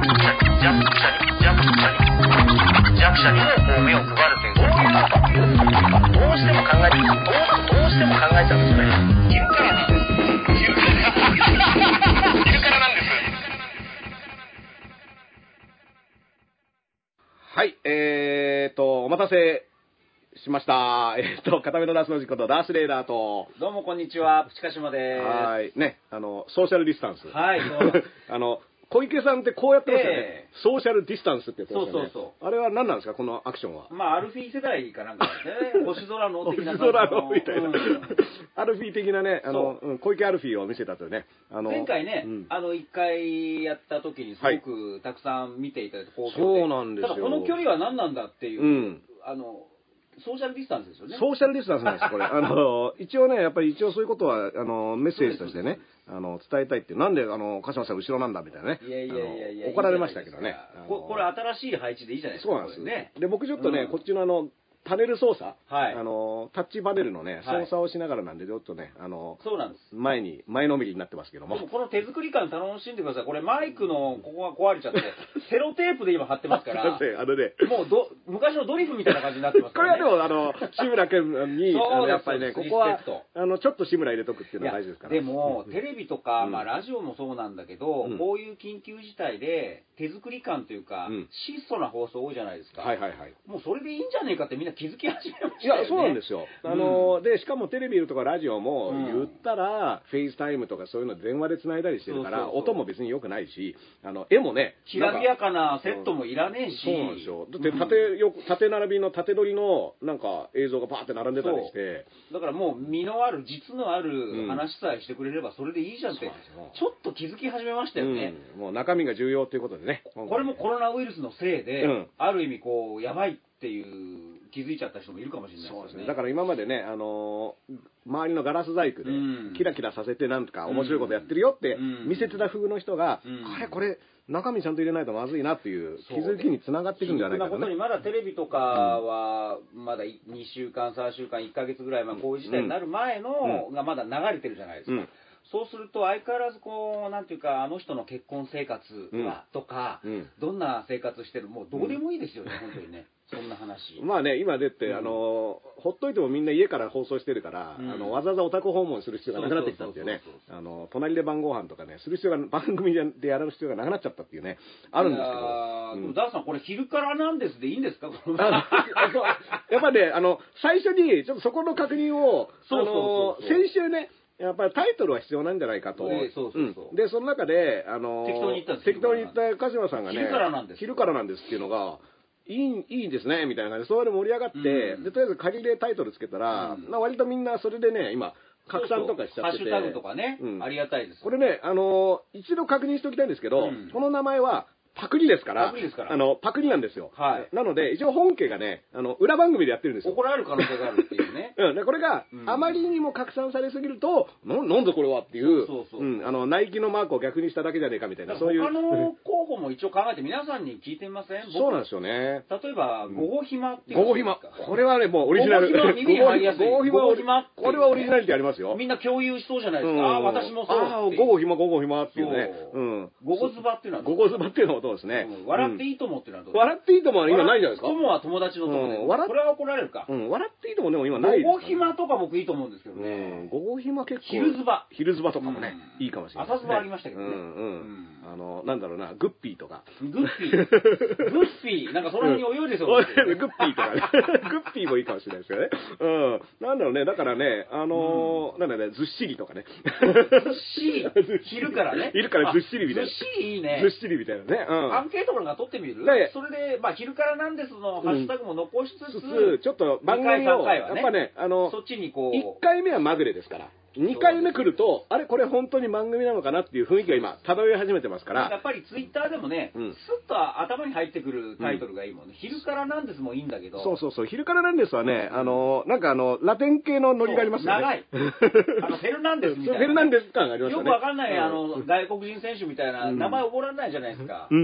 弱者にも目を配るという、どういうことかっていう、どうしても考えちゃうんですよね。昼からなんです。昼からなんです。 はい、お待たせしました。片目のダースの事故とダースレーダーと。 どうもこんにちは、プチカシマです。 はい。ね、ソーシャルディスタンス。 はい、そう小池さんってこうやってましたよね。ソーシャルディスタンスって言ってましたよね。 そう。 あれは何なんですか、このアクションは。 まあ、アルフィー世代かなんかですね。星空の的な。 星空のみたいな。アルフィー的なね、小池アルフィーを見せたというね。 前回ね、一回やった時にすごくたくさん見ていただいて、 そうなんですよ。 ただこの距離は何なんだっていう、ソーシャルディスタンスですよね。 ソーシャルディスタンスなんです、これ。一応ね、やっぱりそういうことは、メッセージとしてね、伝えたいっていう。なんで、鹿島さん後ろなんだみたいなね。 いや怒られましたけどね。 これ新しい配置でいいじゃないですか。 そうなんですね。で、僕ちょっとね、こっちのパネル操作、タッチパネルのね、操作をしながらなんで、ちょっとね、 そうなんです。 前のめりになってますけども。 でもこの手作り感楽しんでください。これマイクのここが壊れちゃって、セロテープで今貼ってますから、もう昔のドリフみたいな感じになってますからね。 これはでも、志村けんに、やっぱりね、ここは、ちょっと志村入れとくっていうのが大事ですから。 でも、テレビとか、まあラジオもそうなんだけど、こういう緊急事態で、手作り感というか、質素な放送多いじゃないですか。もうそれでいいんじゃねえかってみんな気づき始めましたよね。 いや、そうなんですよ。で、しかもテレビとかラジオも言ったら、フェイスタイムとかそういうの電話で繋いだりしてるから、音も別に良くないし、絵もね、 きらびやかなセットもいらねえし。 そうなんですよ。だって縦並びの縦撮りのなんか映像がバーって並んでたりして。 だからもう実のある、実のある話さえしてくれればそれでいいじゃんって、ちょっと気づき始めましたよね。 もう中身が重要っていうことでね。 これもコロナウイルスのせいで、ある意味こう、やばいっていう、気づいちゃった人もいるかもしれないですね。 だから今までね、周りのガラス細工でキラキラさせてなんとか面白いことやってるよって見せてた風の人が、あれこれ中身ちゃんと入れないとまずいなっていう気づきにつながっていくんじゃないかと、ね。 そんなことにまだテレビとかはまだ2週間3週間1ヶ月ぐらいこういう事態になる前のがまだ流れてるじゃないですか。そうすると相変わらずこうなんていうか、あの人の結婚生活はとか、どんな生活してる、もうどうでもいいですよね、本当にね。そんな話。 まあね、今でって、ほっといてもみんな家から放送してるから、わざわざお宅訪問する必要がなくなってきたっていうね、隣で晩ご飯とかね、する必要が、番組でやる必要がなくなっちゃったっていうね、あるんですけど。 ダーさん、これ昼からなんですでいいんですか？ やっぱね、最初に、ちょっとそこの確認を、先週ね、やっぱりタイトルは必要なんじゃないかと。で、その中で、適当に言った鹿島さんがね、昼からなんですっていうのが、いいですね、みたいな感じで、それで盛り上がって、で、とりあえず仮でタイトルつけたら、割とみんなそれでね、今、拡散とかしちゃってて。 ハッシュタグとかね、ありがたいです。 これね、一度確認しておきたいんですけど、この名前は、パクリですから、パクリなんですよ。なので、一応本家がね、裏番組でやってるんですよ。 怒られる可能性があるっていうね。 これがあまりにも拡散されすぎると、なんでこれはっていう、ナイキのマークを逆にしただけじゃねえかみたいな、そういう。 他の候補も一応考えて皆さんに聞いてみません？ そうなんですよね。 例えば、ゴゴヒマっていう。 ゴゴヒマ。これはね、もうオリジナル。 ゴゴヒマ耳に入りやすい。 ゴゴヒマ。これはオリジナリティありますよ。 みんな共有しそうじゃないですか。私もそう。 ゴゴヒマ、ゴゴヒマっていうね。 ゴゴズバっていうのはゴゴズバっていうのはどうですね。 笑っていいと思ってるのはどう？ 笑っていいともは今ないじゃないですか。 友は友達の友で。これは怒られるか。 笑っていいともでも今ない。 ゴゴヒマとか僕いいと思うんですけどね。 ゴゴヒマ結構。 昼ズバ。 昼ズバとかもね、いいかもしれない。 朝ズバありましたけどね。 なんだろうな、グッピーとか。 グッピー。グッピー。なんかその辺に泳いでそう。 グッピーとかね。グッピーもいいかもしれないですよね。なんだろうね、だからね、なんだね、ずっしりとかね。 ずっしり。昼からね。 昼からずっしりみたいな。 ずっしりいいね。 ずっしりみたいなね。 アンケートなんか取ってみる？それで、まあ、昼からなんですのハッシュタグも残しつつ、 ちょっと番組を、やっぱね、 そっちにこう。 1回目はまぐれですから。2回目来ると、あれこれ本当に番組なのかなっていう雰囲気が今漂い始めてますから。 やっぱりツイッターでもね、スッと頭に入ってくるタイトルがいいもんね。昼からなんですもいいんだけど。 そう、昼からなんですはね、なんかラテン系のノリがありますよね。 長い。フェルナンデスみたいな。 フェルナンデス感がありますよね。 よくわかんない、外国人選手みたいな、名前覚えられないじゃないですか。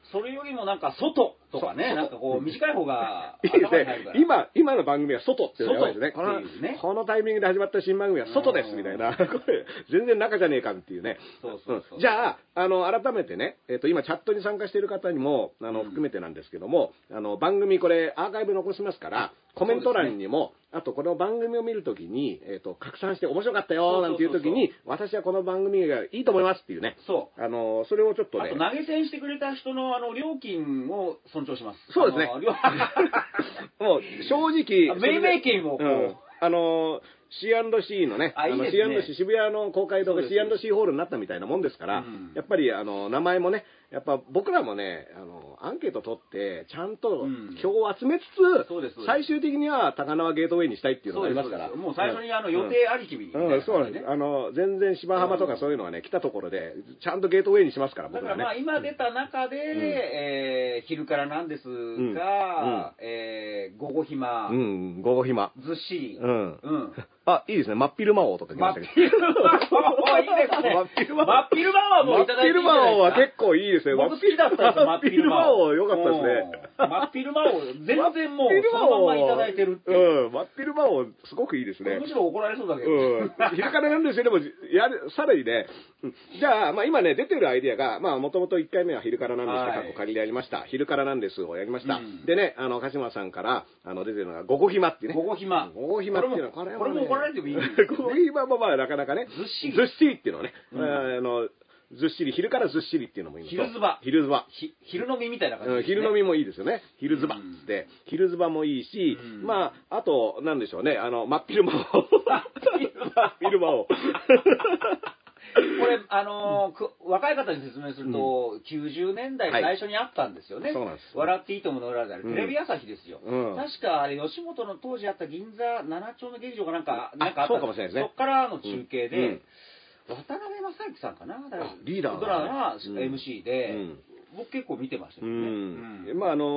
それよりもなんか外とかね、なんかこう短い方がいいですね。今の番組は外っていうのがやばいですね。このタイミングで始まった新番組は外ですみたいな。これ全然中じゃねえかっていうね。じゃあ、改めてね、今チャットに参加している方にも、含めてなんですけども、番組これアーカイブ残しますから、コメント欄にも、あとこの番組を見るときに、拡散して面白かったよなんていうときに、私はこの番組がいいと思いますっていうね。それをちょっとね。 あと投げ銭してくれた人の料金を尊重します。 そうですね。もう正直。 命名権をこう。 C&C のね、C&C 渋谷の公会堂が C&C ホールになったみたいなもんですから、やっぱり名前もね、やっぱ僕らもね、アンケート取って、ちゃんと票を集めつつ、最終的には高輪ゲートウェイにしたいっていうのがありますから。 もう最初に予定ありきみたいな。 そうなんです。全然芝浜とかそういうのはね、来たところで、ちゃんとゲートウェイにしますから、 僕らね。だから今出た中で、昼からなんですが、午後暇。 午後暇。 ずっしり。 あ、いいですね。真っ昼間王とか来ましたけど。 真っ昼間王いいですね。真っ昼間王もいただいていいですか。 真っ昼間王は結構いいですね。 僕好きだったんですよ、真っ昼間王。 よかったですね。 真っ昼間王、全然もうそのまんまいただいてるっていう。 真っ昼間王、すごくいいですね。 むしろ怒られそうだけど。 昼からなんですよ。でも、さらにね、じゃあ、今ね、出てるアイディアが、もともと1回目は昼からなんですか、仮でやりました。昼からなんですをやりました。でね、鹿島さんから、出てるのが、午後暇っていうね。 午後暇。 午後暇っていうのは、 これも怒られてもいい。 午後暇もなかなかね。ずっしりっていうのはね、ずっしり、昼からずっしりっていうのもいい。 昼ズバ。昼飲みみたいな感じ。 昼飲みもいいですよね。昼ズバって。昼ズバもいいし、あと、なんでしょうね、真っ昼間を。真っ昼間を。 これ、若い方に説明すると、90年代最初にあったんですよね。 そうなんです。 笑っていいともの裏であるテレビ朝日ですよ。確か、あれ、吉本の当時あった銀座7丁目劇場がなんかあった。 そうかもしれないですね。 そっからの中継で、渡辺正行さんかな、 リーダードラマが MC で、僕結構見てましたけどね。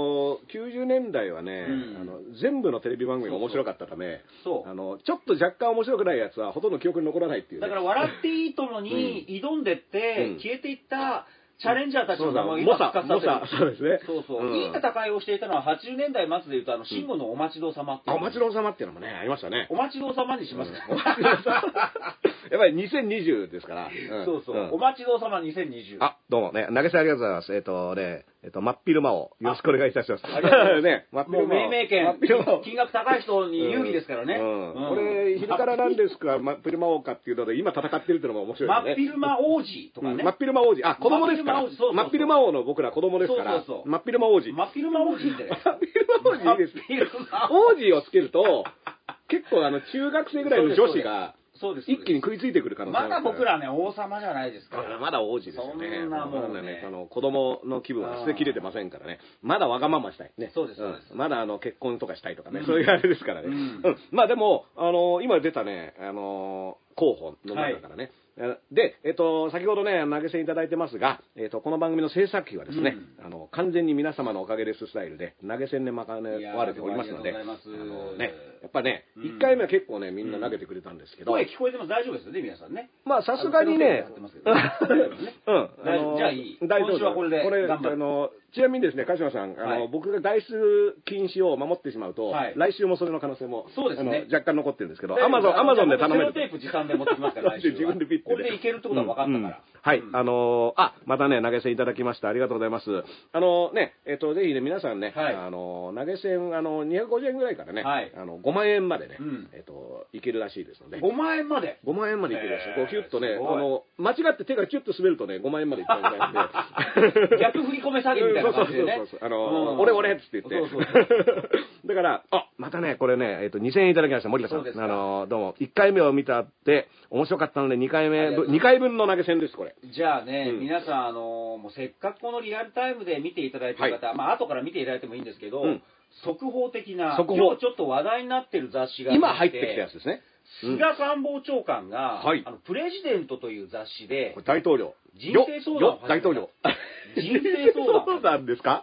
90年代はね、全部のテレビ番組が面白かったため、ちょっと若干面白くないやつはほとんど記憶に残らないっていう。 だから、笑っていいともに挑んでって、消えていったチャレンジャーたちの名前を今使ったそうですね。 いい戦いをしていたのは80年代末でいうと、慎吾のお待ちどうさまっていう。 お待ちどうさまっていうのもね、ありましたね。 お待ちどうさまにしますか。 やっぱり2020ですから。 お待ちどうさま2020。 あ、どうもね、投げ銭ありがとうございます。真っ昼間をよろしくお願いいたします。 ね、もう命名権、金額高い人に有利ですからね。 これ、昼からなんですか、真っ昼間王かっていうので、今戦ってるっていうのが面白いですね。 真っ昼間王子とかね。 真っ昼間王子。あ、子供ですから。真っ昼間王の僕ら子供ですから。真っ昼間王子。 真っ昼間王子って。真っ昼間王子いいですね。王子をつけると、結構中学生ぐらいの女子が、一気に食いついてくる可能性まだ僕らね、王様じゃないですから。 まだ王子ですよね。 そんなもんね。 子供の気分は捨てきれてませんからね。まだわがまましたい。ね。 そうです。 まだ結婚とかしたいとかね。そういうあれですからね。でも、今出たね、候補の中からね。で、先ほどね、投げ銭いただいてますが、この番組の制作費はですね、完全に皆様のおかげですスタイルで、投げ銭で賄われておりますので、やっぱね、1回目は結構ね、みんな投げてくれたんですけど。 声聞こえてます。大丈夫ですよね、皆さんね。 さすがにね、 じゃあいい。 大丈夫。 はこれで頑張る。 ちなみにですね、鹿島さん、僕が外出禁止を守ってしまうと、来週もそれの可能性も若干残ってるんですけど、アマゾンで頼める。 セロテープ持参で持ってきますから、来週は。 自分でピッて。 これでいけるってことは分かったから。 はい。またね、投げ銭いただきました。ありがとうございます。ぜひね、皆さんね、投げ銭、250円ぐらいからね、5万円までね、いけるらしいですので。 5万円まで ?5 万円までいけるらしい。こう、キュッとね、間違って手がキュッと滑るとね、5万円までいっちゃうみたいなんで。 逆振り込め詐欺みたいな感じでね。 俺っつって言って。だから、またね、これね、2000円いただきました。森田さん。どうも、1回目を見たって、面白かったので、2回分の投げ銭です、これ。 じゃあね、皆さん、もうせっかくこのリアルタイムで見ていただいてる方、後から見ていただいてもいいんですけど、速報的な、今日ちょっと話題になってる雑誌が今入ってきたやつですね。 菅官房長官が、プレジデントという雑誌で、 大統領。 人生相談を大統領。 人生相談。 そうなんですか？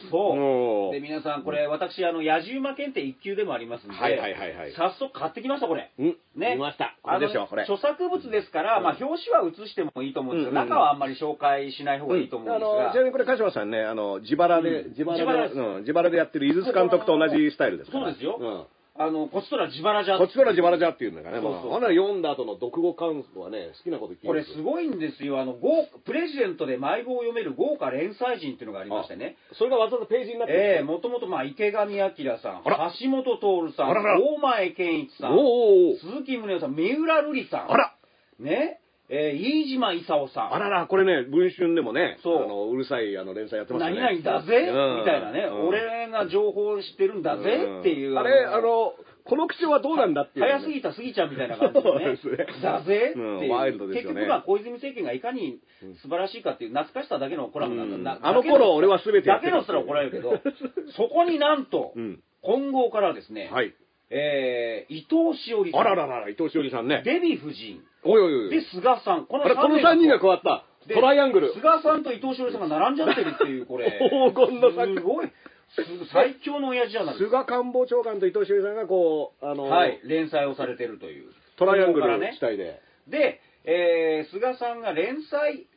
そう。で、皆さん、これ、私、野じ馬検定1級でもありますんで、早速買ってきました、これ。 ね。見ました。これでしょ、これ。 著作物ですから、表紙は写してもいいと思うんですけど、中はあんまり紹介しない方がいいと思うんですが。 ちなみにこれ、鹿島さんね、自腹でやってる井筒監督と同じスタイルですから。 そうですよ。こっちとら自腹じゃ。 こっちとら自腹じゃっていうんだからね。あの読んだ後の読後感想はね、好きなこと言っていい。 これすごいんですよ。プレジデントで毎号読める豪華連載人っていうのがありましてね。 それがわざわざページになってる。 もともと、池上彰さん、橋本徹さん、大前健一さん、鈴木宗男さん、三浦瑠麗さん。ね。飯島勲さん。 あらら、これね、文春でもね、うるさい連載やってましたね。 何々だぜみたいなね。俺が情報を知ってるんだぜっていう。 あれ、この口調はどうなんだっていう。 早すぎたすぎちゃんみたいな感じでね。だぜっていう。 ワイルドですよね。 結局小泉政権がいかに素晴らしいかっていう懐かしさだけのコラムなんだ。 あの頃俺は全てだけのすら怒られるけど、そこになんと、今後からですね、伊藤詩織さん。 あららら、伊藤詩織さんね。 デヴィ夫人。 おいおいおい。 で、菅さん。この 3人が加わった。トライアングル。 菅さんと伊藤詩織さんが並んじゃってるっていう、これ。 黄金の作。 すごい。最強の親父じゃないですか。菅官房長官と伊藤詩織さんが連載をされてるという。 トライアングル主体で。 で、菅さんが連載、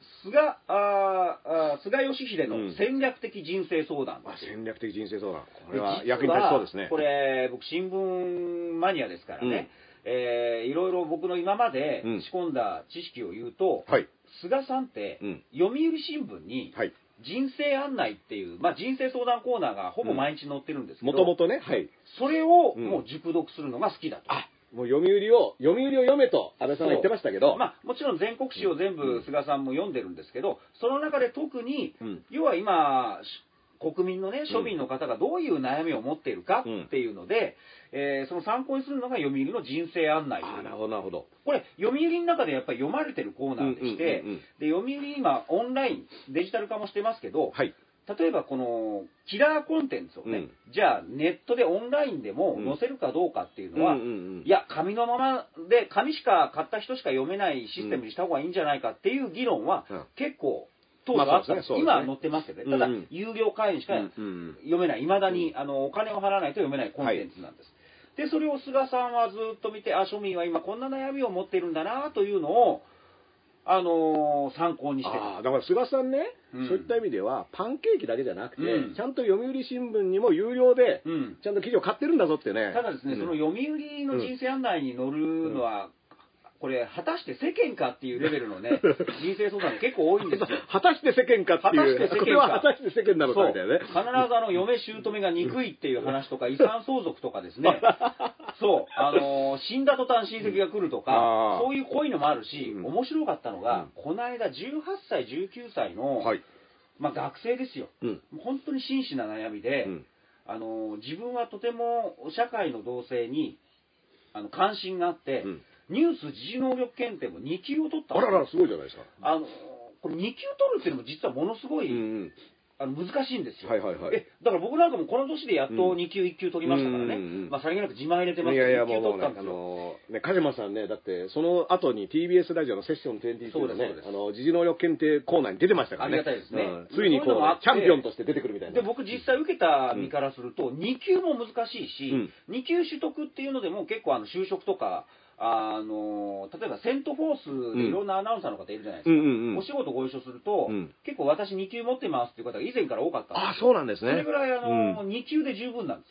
菅義偉の戦略的人生相談。 戦略的人生相談。これは役に立ちそうですね。 これ、僕、新聞マニアですからね。いろいろ僕の今まで仕込んだ知識を言うと、菅さんって読売新聞に人生案内っていう、人生相談コーナーがほぼ毎日載ってるんですけど、 もともとね、 それをもう熟読するのが好きだと。 もう読売を読めと安倍さんが言ってましたけど、 もちろん全国紙を全部菅さんも読んでるんですけど、その中で特に、要は今国民のね、庶民の方がどういう悩みを持っているかっていうので、その参考にするのが読売の人生案内。 なるほど、なるほど。 これ、読売の中でやっぱり読まれてるコーナーでして、で、読売今、オンライン、デジタル化もしてますけど、例えばこのキラーコンテンツをね、じゃあネットでオンラインでも載せるかどうかっていうのは、いや、紙のままで、紙しか買った人しか読めないシステムにした方がいいんじゃないかっていう議論は結構、当時はあったんです。今は載ってますけどね。ただ、有料会員しか読めない。未だにお金を払わないと読めないコンテンツなんです。で、それを菅さんはずっと見て、庶民は今こんな悩みを持っているんだなというのを、参考にしてる。 だから菅さんね、そういった意味では、パンケーキだけじゃなくて、ちゃんと読売新聞にも有料で、ちゃんと記事を買ってるんだぞってね。 ただですね、その読売の人生案内に載るのは、これ、果たして世間かっていうレベルのね、人生相談結構多いんですよ。 果たして世間かっていう。これは果たして世間なのかみたいなね。 必ず嫁姑が憎いっていう話とか、遺産相続とかですね。そう。死んだ途端親戚が来るとか、そういうこういうのもあるし、面白かったのが、この間18歳、19歳の、学生ですよ。本当に真摯な悩みで、自分はとても社会の動静に関心があって、ニュース時事能力検定も2級を取ったんです。 あらら、すごいじゃないですか。 これ2級取るっていうのも実はものすごい、難しいんですよ。だから僕なんかもこの年でやっと2級1級取りましたからね。さりげなく自慢入れてますけど、2級取ったんですよ。 鹿島さんね、だってその後に TBS ラジオのセッション22でね、時事能力検定コーナーに出てましたからね。 ありがたいですね。 ついにこう、チャンピオンとして出てくるみたいな。 で、僕実際受けた身からすると、2級も難しいし、2級取得っていうのでも結構就職とか、例えばセントフォースでいろんなアナウンサーの方いるじゃないですか。お仕事ご一緒すると、結構私2級持ってますっていう方が以前から多かったんです。 あ、そうなんですね。 それぐらい2級で十分なんです。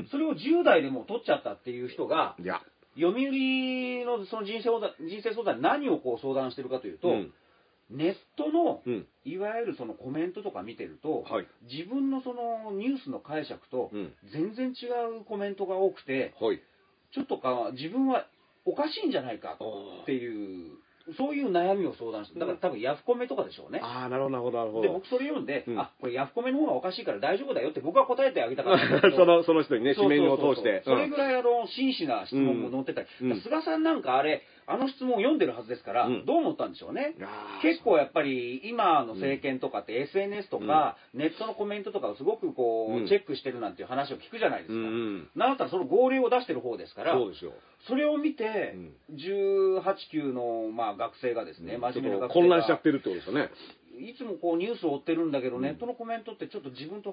それを10代でも取っちゃったっていう人が、読売のその人生相談に何をこう相談してるかというと、ネットのいわゆるそのコメントとか見てると、自分のそのニュースの解釈と全然違うコメントが多くて、ちょっと自分はおかしいんじゃないかっていう、そういう悩みを相談して、だから多分ヤフコメとかでしょうね。 なるほど、なるほど、なるほど。 で、僕それ読んで、これヤフコメの方がおかしいから大丈夫だよって僕は答えてあげたかったんですけど。 その人にね、紙面を通して。 それぐらい真摯な質問も載ってたり、菅さんなんかあの質問を読んでるはずですから、どう思ったんでしょうね。結構やっぱり今の政権とかって SNS とか、ネットのコメントとかをすごくこう、チェックしてるなんていう話を聞くじゃないですか。なんだったらその号令を出してる方ですから、それを見て、18、9の学生がですね、真面目な学生が混乱しちゃってるってことですよね。 いつもこうニュースを追ってるんだけど、ネットのコメントってちょっと自分と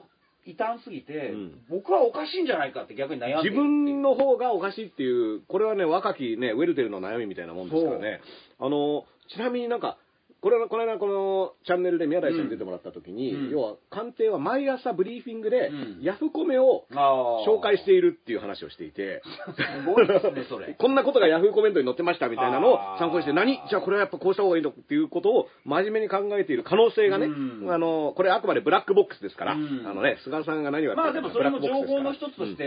異端すぎて、僕はおかしいんじゃないかって逆に悩んでる。 自分の方がおかしいっていう、これはね、若きね、ウェルテルの悩みみたいなもんですからね。ちなみになんか、この間このチャンネルで宮台さんに出てもらった時に、要は官邸は毎朝ブリーフィングでヤフコメを紹介しているっていう話をしていて、 すごいですね、それ。 こんなことがヤフーコメントに載ってましたみたいなのを参考にして、じゃあこれはやっぱこうした方がいいのっていうことを真面目に考えている可能性がね、これあくまでブラックボックスですから、菅さんが何をやってるか。 まあでもそれも情報の一つとして、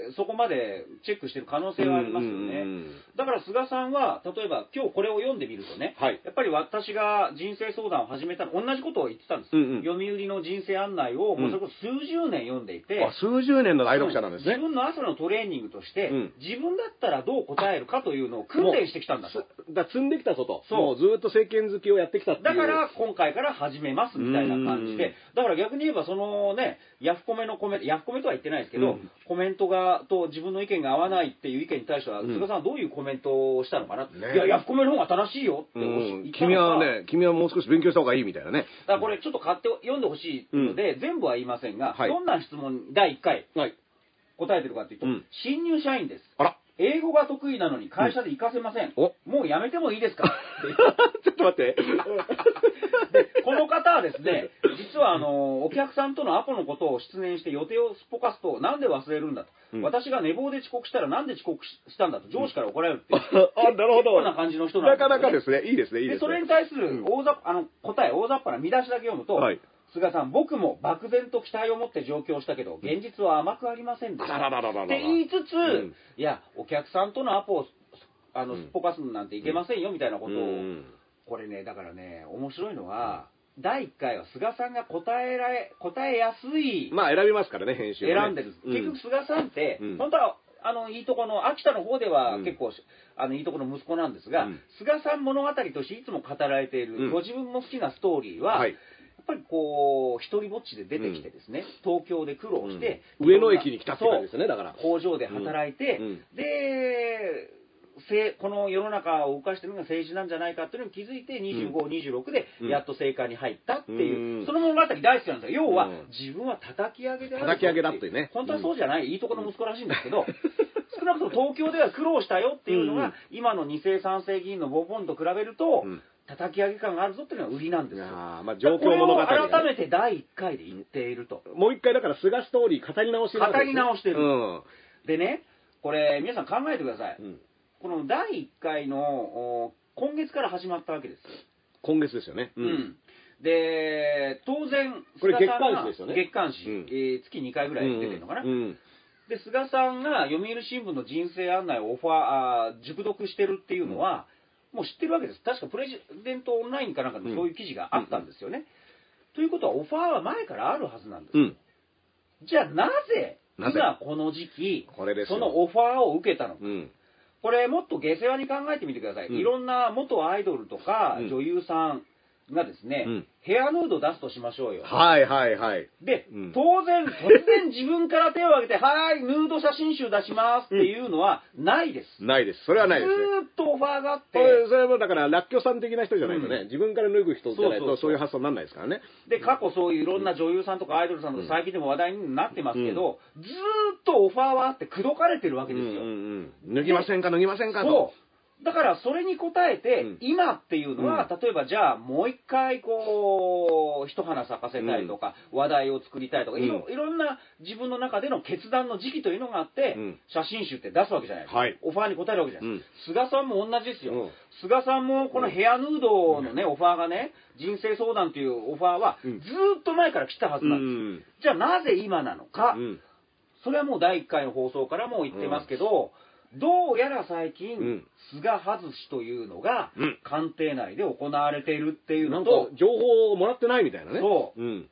そこまでチェックしてる可能性はありますよね。だから菅さんは、例えば今日これを読んでみるとね、やっぱり私が人生相談を始めたの、同じことを言ってたんです。読売の人生案内を、もうそれこそ数十年読んでいて、 数十年の愛読者なんですね。 自分の朝のトレーニングとして、自分だったらどう答えるかというのを訓練してきたんだと。 積んできたぞと。もうずっと政権好きをやってきたっていう。 だから今回から始めますみたいな感じで、だから逆に言えばそのね、ヤフコメとは言ってないですけど、コメントと自分の意見が合わないっていう意見に対しては、菅さんはどういうコメントをしたのかな。いや、ヤフコメの方が正しいよって言ったのか。 君はもう少し勉強した方がいいみたいなね。 だからこれちょっと買って読んでほしいので、全部は言いませんが、どんな質問第1回答えてるかというと、新入社員です。英語が得意なのに会社で活かせません。もうやめてもいいですかちょっと待って。 でこの方はですね、実はお客さんとのアポのことを失念して予定をすっぽかすと、なんで忘れるんだと。私が寝坊で遅刻したらなんで遅刻したんだと上司から怒られるっていう。 なるほど。 こんな感じの人なんですよね。 なかなかですね。いいですね、いいですね。 で、それに対する大雑把な見出しだけ読むと、菅さん、僕も漠然と期待を持って上京したけど、現実は甘くありませんでした。って言いつつ、いや、お客さんとのアポをすっぽかすなんていけませんよみたいなことを、これね、だからね、面白いのは、第1回は菅さんが答えやすい。 まあ選びますからね、編集を、 選んでる。結局菅さんって、本当は、いいとこの、秋田の方では結構、いいとこの息子なんですが、菅さん物語としていつも語られている、ご自分の好きなストーリーは、やっぱりこう一人ぼっちで出てきてですね、東京で苦労して、 上野駅に来たって感じですね。だから工場で働いて、でこの世の中を動かしてるのが政治なんじゃないかっていうのに気づいて、25、26でやっと政界に入ったっていう、その物語大好きなんですよ。要は自分は叩き上げである叩き上げだっていうね。 本当はそうじゃない、いいとこの息子らしいんですけど、少なくとも東京では苦労したよっていうのが、今の2世3世議員のボンボンと比べると、叩き上げ感があるぞっていうのが売りなんですよ。 状況物語、 これを改めて第1回で言っていると。 もう1回だから菅ストーリー語り直してるわけですね。 語り直してる。でね、これ皆さん考えてください。この第1回の今月から始まったわけですよ。 今月ですよね。 で、当然、 これ月刊誌ですよね。 月刊誌、月2回ぐらい出てるのかな。で、菅さんが読売新聞の人生案内を熟読してるっていうのは、もう知ってるわけです。確かプレジデントオンラインかなんかでそういう記事があったんですよね。ということはオファーは前からあるはずなんですよ。じゃあなぜ今この時期そのオファーを受けたのか。これもっと下世話に考えてみてください。いろんな元アイドルとか女優さんがですね、ヘアヌード出すとしましょうよ。で、当然、突然自分から手を挙げて、はい、ヌード写真集出しますっていうのはないです。 ないです。それはないですね。 ずーっとオファーがあって。 それはだから、らっきょさん的な人じゃないとね、自分から脱ぐ人じゃないとそういう発想にならないですからね。 で、過去そういういろんな女優さんとかアイドルさんとか最近でも話題になってますけど、ずーっとオファーはあって口説かれてるわけですよ。 脱ぎませんか、脱ぎませんかと。 そう。だからそれに応えて、今っていうのは、例えばじゃあもう一回こう一花咲かせたいとか、話題を作りたいとか、いろんな自分の中での決断の時期というのがあって、写真集って出すわけじゃないですか。オファーに応えるわけじゃないですか。菅さんも同じですよ。菅さんもこのヘアヌードのね、オファーがね、人生相談というオファーはずっと前から来たはずなんです。じゃあなぜ今なのか。それはもう第1回の放送からも言ってますけど、どうやら最近、菅外しというのが、官邸内で行われているっていうのと、 なんか情報をもらってないみたいなね。 そう。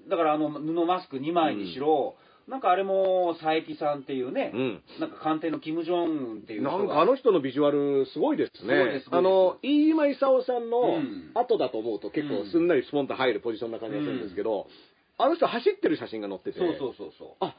だから布マスク2枚にしろ、なんかあれも佐伯さんっていうね、なんか官邸のキム・ジョンウンっていう人が。 なんかあの人のビジュアルすごいですね。飯島勲さんの後だと思うと結構すんなりスポンと入るポジションな感じがするんですけど、あの人走ってる写真が載ってて。 そう。 あ、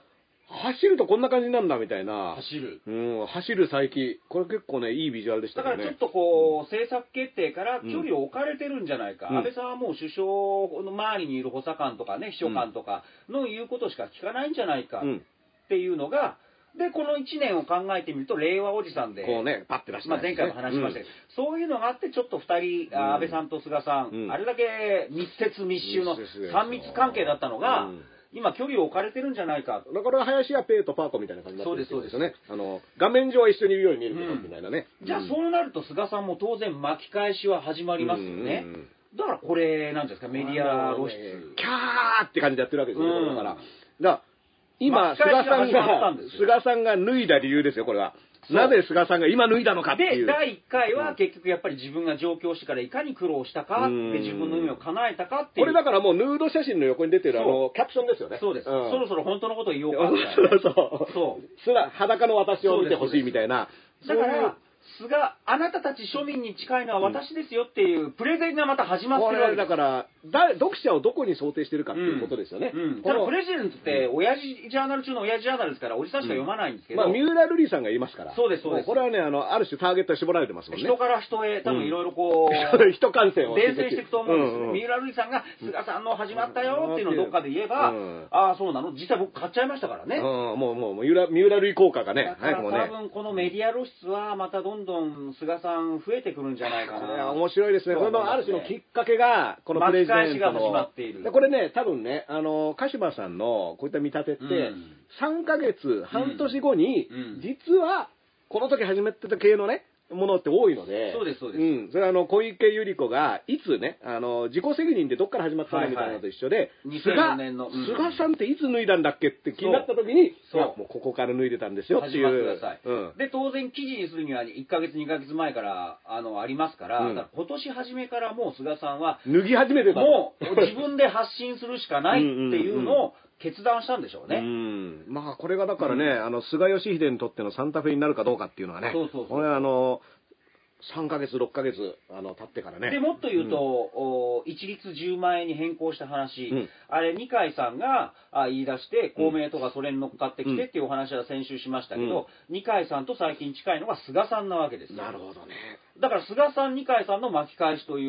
走るとこんな感じなんだみたいな。 走る。 走る佐伯。これ結構ね、いいビジュアルでしたね。 だからちょっとこう、政策決定から距離を置かれてるんじゃないか。安倍さんはもう首相の周りにいる補佐官とかね、秘書官とかの言うことしか聞かないんじゃないかっていうのが、で、この1年を考えてみると、令和おじさんで、 こうね、パッて出して、 前回も話しましたけど、そういうのがあって、ちょっと2人、安倍さんと菅さん、あれだけ密接密集の3密関係だったのが、今、距離を置かれてるんじゃないか。 だから林家ペイとパートみたいな感じになってるんですよね。画面上は一緒にいるように見えるけど、みたいなね。 じゃあ、そうなると菅さんも当然巻き返しは始まりますよね。だからこれ、なんですか、メディア露出。 キャーって感じでやってるわけですよ、だから。今、菅さんが脱いだ理由ですよ、これは。なぜ菅さんが今脱いだのかっていう。 で、第1回は結局やっぱり自分が上京してからいかに苦労したか、で自分の夢を叶えたかっていう。 これだからもうヌード写真の横に出てるキャプションですよね。 そうです。そろそろ本当のことを言おうかみたいな。 そう。裸の私を見てほしいみたいな。 だから、菅、あなたたち庶民に近いのは私ですよっていうプレゼンがまた始まってるわけです。 だから、読者をどこに想定してるかっていうことですよね。 ただプレジデントって親父ジャーナル中の親父ジャーナルですからおじさんしか読まないんですけど、 三浦瑠麗さんが言いますから。 そうです、そうです。 これはね、ある種ターゲットに絞られてますもんね。 人から人へ多分いろいろこう人感染を伝染していくと思うんですよ。三浦瑠麗さんが菅さんの始まったよっていうのをどっかで言えば、ああそうなの、実際僕買っちゃいましたからね。 もう三浦瑠麗効果がね、 早くもね。多分このメディア露出はまたどんどん菅さん増えてくるんじゃないかな。 面白いですね。このある種のきっかけがこのプレジデントの。これね、多分ね、鹿島さんのこういった見立てって、3ヶ月、半年後に、実は、この時始めてた系のね、ものって多いので、 そうです、そうです。 それは小池百合子が、いつね、自己責任でどっから始まったのみたいなのと一緒で、菅さんっていつ脱いだんだっけって気になった時に、もうここから脱いでたんですよっていう。 始まってください。で、当然記事にするには1ヶ月、2ヶ月前から、ありますから、今年初めからもう菅さんは、 脱ぎ始めてた。 もう自分で発信するしかないっていうのを、決断したんでしょうね。 まあこれがだからね、菅義偉にとってのサンタフェになるかどうかっていうのはね、これ3ヶ月、6ヶ月経ってからね。 でもっと言うと、一律10万円に変更した話、あれ、二階さんが言い出して、公明党がそれに乗っかってきてっていうお話は先週しましたけど、二階さんと最近近いのが菅さんなわけですよ。 なるほどね。 だから菅さん、二階さんの巻き返しという、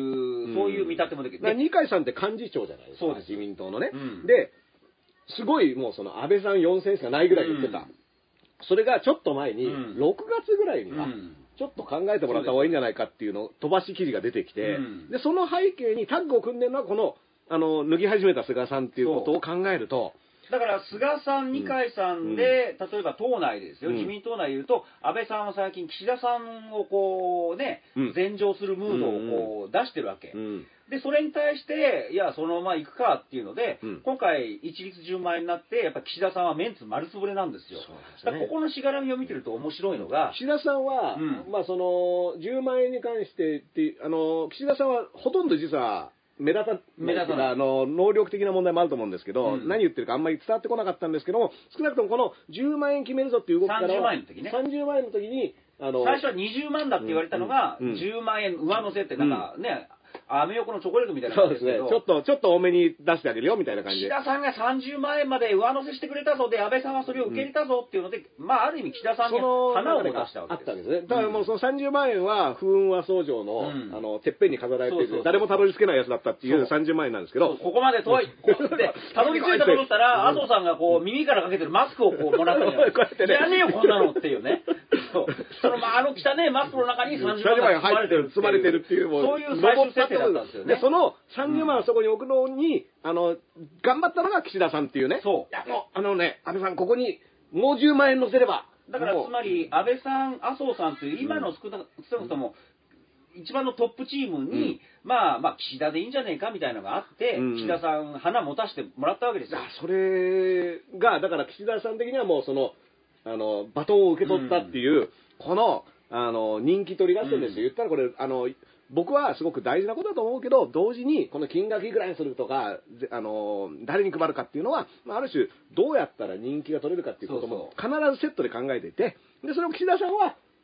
そういう見立てもできる。 二階さんって幹事長じゃないですか、 そうです、 自民党のね。で、すごいもう安倍さん4選しかないぐらい言ってた。それがちょっと前に、6月ぐらいには、ちょっと考えてもらった方がいいんじゃないかっていうの飛ばし記事が出てきて、で、その背景にタッグを組んでるのはこの、脱ぎ始めた菅さんっていうことを考えると、 だから菅さん、二階さんで、例えば党内ですよ、自民党内でいうと、安倍さんは最近、岸田さんをこうね、前上するムードをこう出してるわけ。で、それに対して、いや、そのまま行くかっていうので、今回、一律10万円になって、やっぱ岸田さんはメンツ丸つぶれなんですよ。だからここのしがらみを見てると面白いのが、 岸田さんは、まあ、10万円に関してって、岸田さんはほとんど実は、目立たない能力的な問題もあると思うんですけど、何言ってるかあんまり伝わってこなかったんですけども、少なくともこの10万円決めるぞっていう動きから 30万円の時ね。 30万円の時に、 最初は20万だって言われたのが、10万円上乗せってなんかね、アメ横のチョコレートみたいな感じですけど、 そうですね。ちょっと多めに出してあげるよみたいな感じで。 岸田さんが30万円まで上乗せしてくれたぞで、安倍さんはそれを受け入れたぞっていうので、まあある意味岸田さんに花を持たしたわけです。 あったわけですね。だからもうその30万円は、不運和総城の、てっぺんに飾られている、誰もたどり着けないやつだったっていう30万円なんですけど、 ここまで遠い。で、たどり着いたと思ったら、麻生さんがこう、耳からかけてるマスクをこう、もらったじゃないですか。いらねえよ、こんなのっていうね。汚ねマスクの中に30万円積まれてるっていう、 そういう最終設定だったんですよね。 で、その30万をそこに置くのに、頑張ったのが岸田さんっていうね。 そう。 いや、もう、安倍さん、ここにもう10万円乗せれば。 だから、つまり、安倍さん、麻生さんという、今の少なくとも、一番のトップチームに、まあ、岸田でいいんじゃねえかみたいなのがあって、岸田さん、花持たせてもらったわけですよ。 それが、だから岸田さん的にはもう、バトンを受け取ったっていう、この、人気取り合戦ですよ。言ったらこれ、僕はすごく大事なことだと思うけど、同時にこの金額いくらにするとか、誰に配るかっていうのは、ある種どうやったら人気が取れるかっていうことも必ずセットで考えていて、で、それを岸田さんは、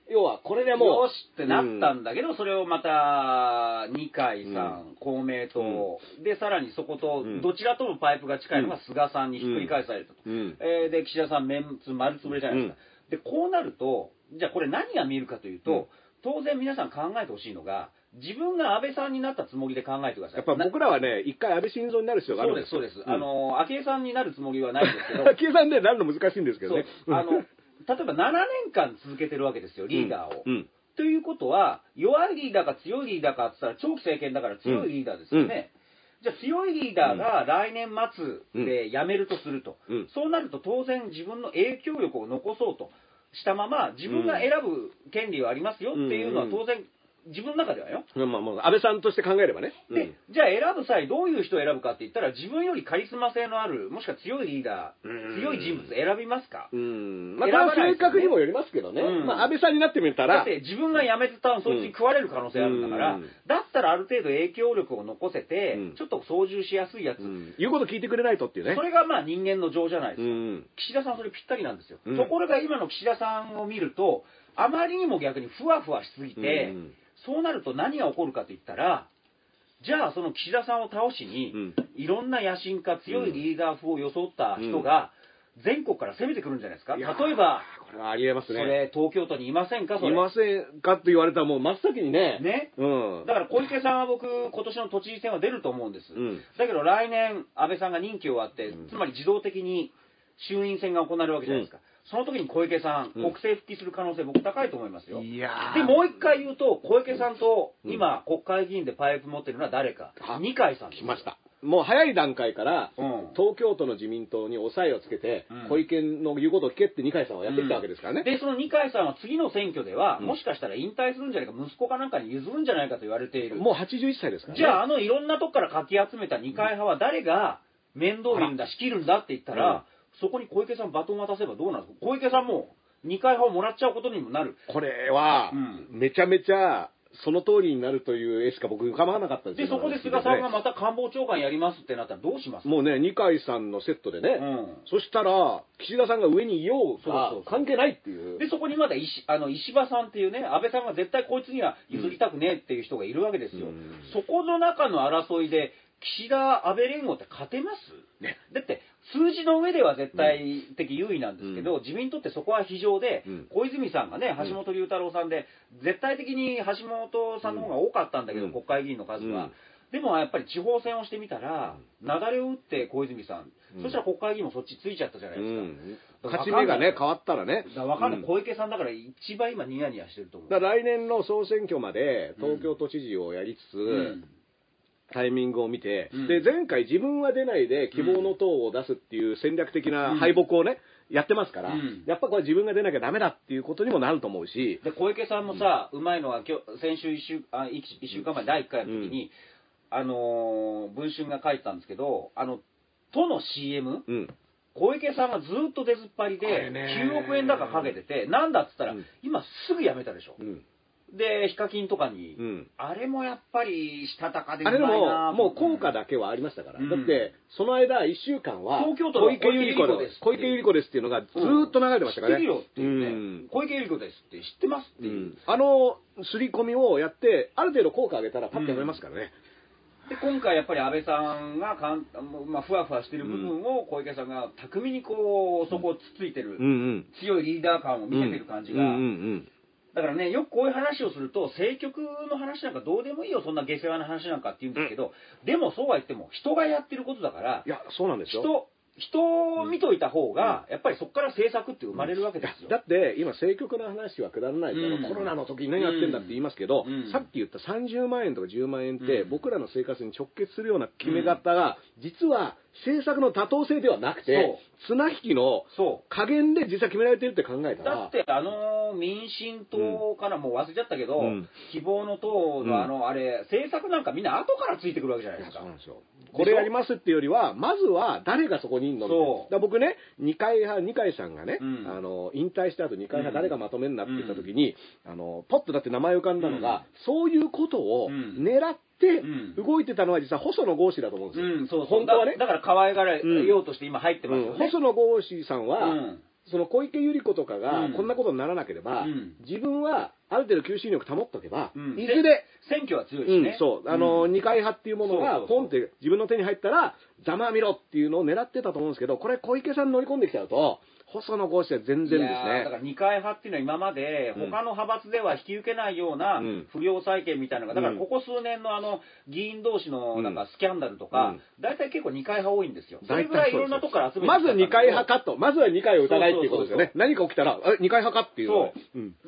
要は、これでもう。 よしってなったんだけど、それをまた、二階さん、公明党、で、さらにそこと、どちらともパイプが近いのが菅さんにひっくり返されたと。で、岸田さん、メンツ丸つぶれじゃないですか。で、こうなると、じゃあこれ何が見えるかというと、当然皆さん考えてほしいのが、自分が安倍さんになったつもりで考えてください。 やっぱ僕らはね、一回安倍晋三になる必要があるんですよ。 そうです、そうです。昭恵さんになるつもりはないんですけど。 昭恵さんでなるの難しいんですけどね。 例えば7年間続けてるわけですよ、リーダーを。ということは、弱いリーダーか強いリーダーかって言ったら、長期政権だから強いリーダーですよね。じゃあ強いリーダーが来年末で辞めるとすると。そうなると当然自分の影響力を残そうとしたまま、自分が選ぶ権利はありますよっていうのは当然、自分の中ではよ。 安倍さんとして考えればね。 で、じゃあ選ぶ際どういう人を選ぶかって言ったら、自分よりカリスマ性のある、もしくは強いリーダー、強い人物選びますか？ まあ、性格にもよりますけどね。まあ、安倍さんになってみたら。 だって自分が辞めてたらそいつに食われる可能性あるんだから、だったらある程度影響力を残せて、ちょっと操縦しやすいやつ。 言うこと聞いてくれないとっていうね。 それがまあ人間の情じゃないですか。岸田さんそれぴったりなんですよ。ところが今の岸田さんを見ると、あまりにも逆にふわふわしすぎて、そうなると何が起こるかといったら、じゃあその岸田さんを倒しに、いろんな野心家、強いリーダー風を装った人が、全国から攻めてくるんじゃないですか。例えば、 これはありえますね。 それ、東京都にいませんか、それ。 いませんかって言われたらもう真っ先にね。 ね。だから小池さんは僕、今年の都知事選は出ると思うんです。だけど来年、安倍さんが任期終わって、つまり自動的に衆院選が行われるわけじゃないですか。その時に小池さん、国政復帰する可能性僕高いと思いますよ。で、もう一回言うと、小池さんと今、国会議員でパイプ持ってるのは誰か。二階さんです。 来ました。もう早い段階から、東京都の自民党に抑えをつけて、小池の言うことを聞けって二階さんはやってきたわけですからね。 で、その二階さんは次の選挙では、もしかしたら引退するんじゃないか、息子かなんかに譲るんじゃないかと言われている。 もう81歳ですからね。 じゃあ、いろんなとこからかき集めた二階派は誰が面倒見るんだ、仕切るんだって言ったら、そこに小池さんバトン渡せばどうなるんですか。小池さんも二階派をもらっちゃうことにもなる。 これは、めちゃめちゃ、その通りになるという絵しか僕浮かばなかったんですよ。 で、そこで菅さんがまた官房長官やりますってなったらどうします？ もうね、二階さんのセットでね、そしたら、岸田さんが上にいようが関係ないっていう。 で、そこにまだ石破さんっていうね、安倍さんが絶対こいつには譲りたくねえっていう人がいるわけですよ。そこの中の争いで、岸田安倍連合って勝てます？ね、だって数字の上では絶対的優位なんですけど、自民党ってそこは非常で、小泉さんがね、橋本龍太郎さんで、絶対的に橋本さんの方が多かったんだけど、国会議員の数は。でもやっぱり地方選をしてみたら、雪崩を打って小泉さん、そしたら国会議員もそっちついちゃったじゃないですか。 勝ち目がね、変わったらね。 わかんない。小池さんだから一番今ニヤニヤしてると思う。 だから来年の総選挙まで東京都知事をやりつつ、タイミングを見て、で、前回自分は出ないで希望の党を出すっていう戦略的な敗北をね、やってますから、やっぱこれ自分が出なきゃダメだっていうことにもなると思うし。 で、小池さんもさ、うまいのは先週1週間前、第1回の時に、文春が書いてたんですけど、都の CM、小池さんがずっと出ずっぱりで、9億円高かけてて、なんだっつったら、今すぐ辞めたでしょ。で、ヒカキンとかに、あれもやっぱりしたたかでうまいな。 あれでも、もう効果だけはありましたから。だって、その間、1週間は、 東京都の小池百合子です。 小池百合子ですっていうのがずーっと流れてましたからね。 知ってるよっていうね。小池百合子ですって知ってますっていう。 刷り込みをやって、ある程度効果上げたらパッとやめますからね。 で、今回やっぱり安倍さんがふわふわしてる部分を小池さんが巧みにこう、そこをつついてる、強いリーダー感を見せてる感じが、だからね、よくこういう話をすると、政局の話なんかどうでもいいよ、そんな下世話な話なんかって言うんですけど、でもそうは言っても、人がやってることだから、 いや、そうなんですよ。 人を見といた方が、やっぱりそこから政策って生まれるわけですよ。 だって、今、政局の話はくだらないから、コロナの時に何やってんだって言いますけど、さっき言った30万円とか10万円って、僕らの生活に直結するような決め方が、実は政策の妥当性ではなくて、綱引きの加減で実際決められてるって考えたら。 だって、民進党からもう忘れちゃったけど、希望の党のあれ、政策なんかみんな後からついてくるわけじゃないですか。 そうなんですよ。これやりますっていうよりは、まずは誰がそこにいるのみたいな。だから僕ね、二階さんがね、引退した後二階派誰がまとめんなって言った時に、ポッとだって名前浮かんだのが、そういうことを狙って動いてたのは実は細野豪志だと思うんですよ。 本当はね。だから可愛がられようとして今入ってますよね。 細野豪志さんは、 その小池百合子とかがこんなことにならなければ、自分はある程度求心力保っとけば、いずれ、 選挙は強いしね。 そう、二階派っていうものがポンって自分の手に入ったら、ざまあみろっていうのを狙ってたと思うんですけど、これ小池さん乗り込んできちゃうと、細野豪志は全然ですね。 だから二階派っていうのは今まで他の派閥では引き受けないような不良債権みたいなのが、だからここ数年の議員同士のなんかスキャンダルとか、大体結構二階派多いんですよ。それぐらいいろんなとこから集めてまず二階派かと。まずは二階を疑いっていうことですよね。何か起きたら、二階派かっていう。 そう。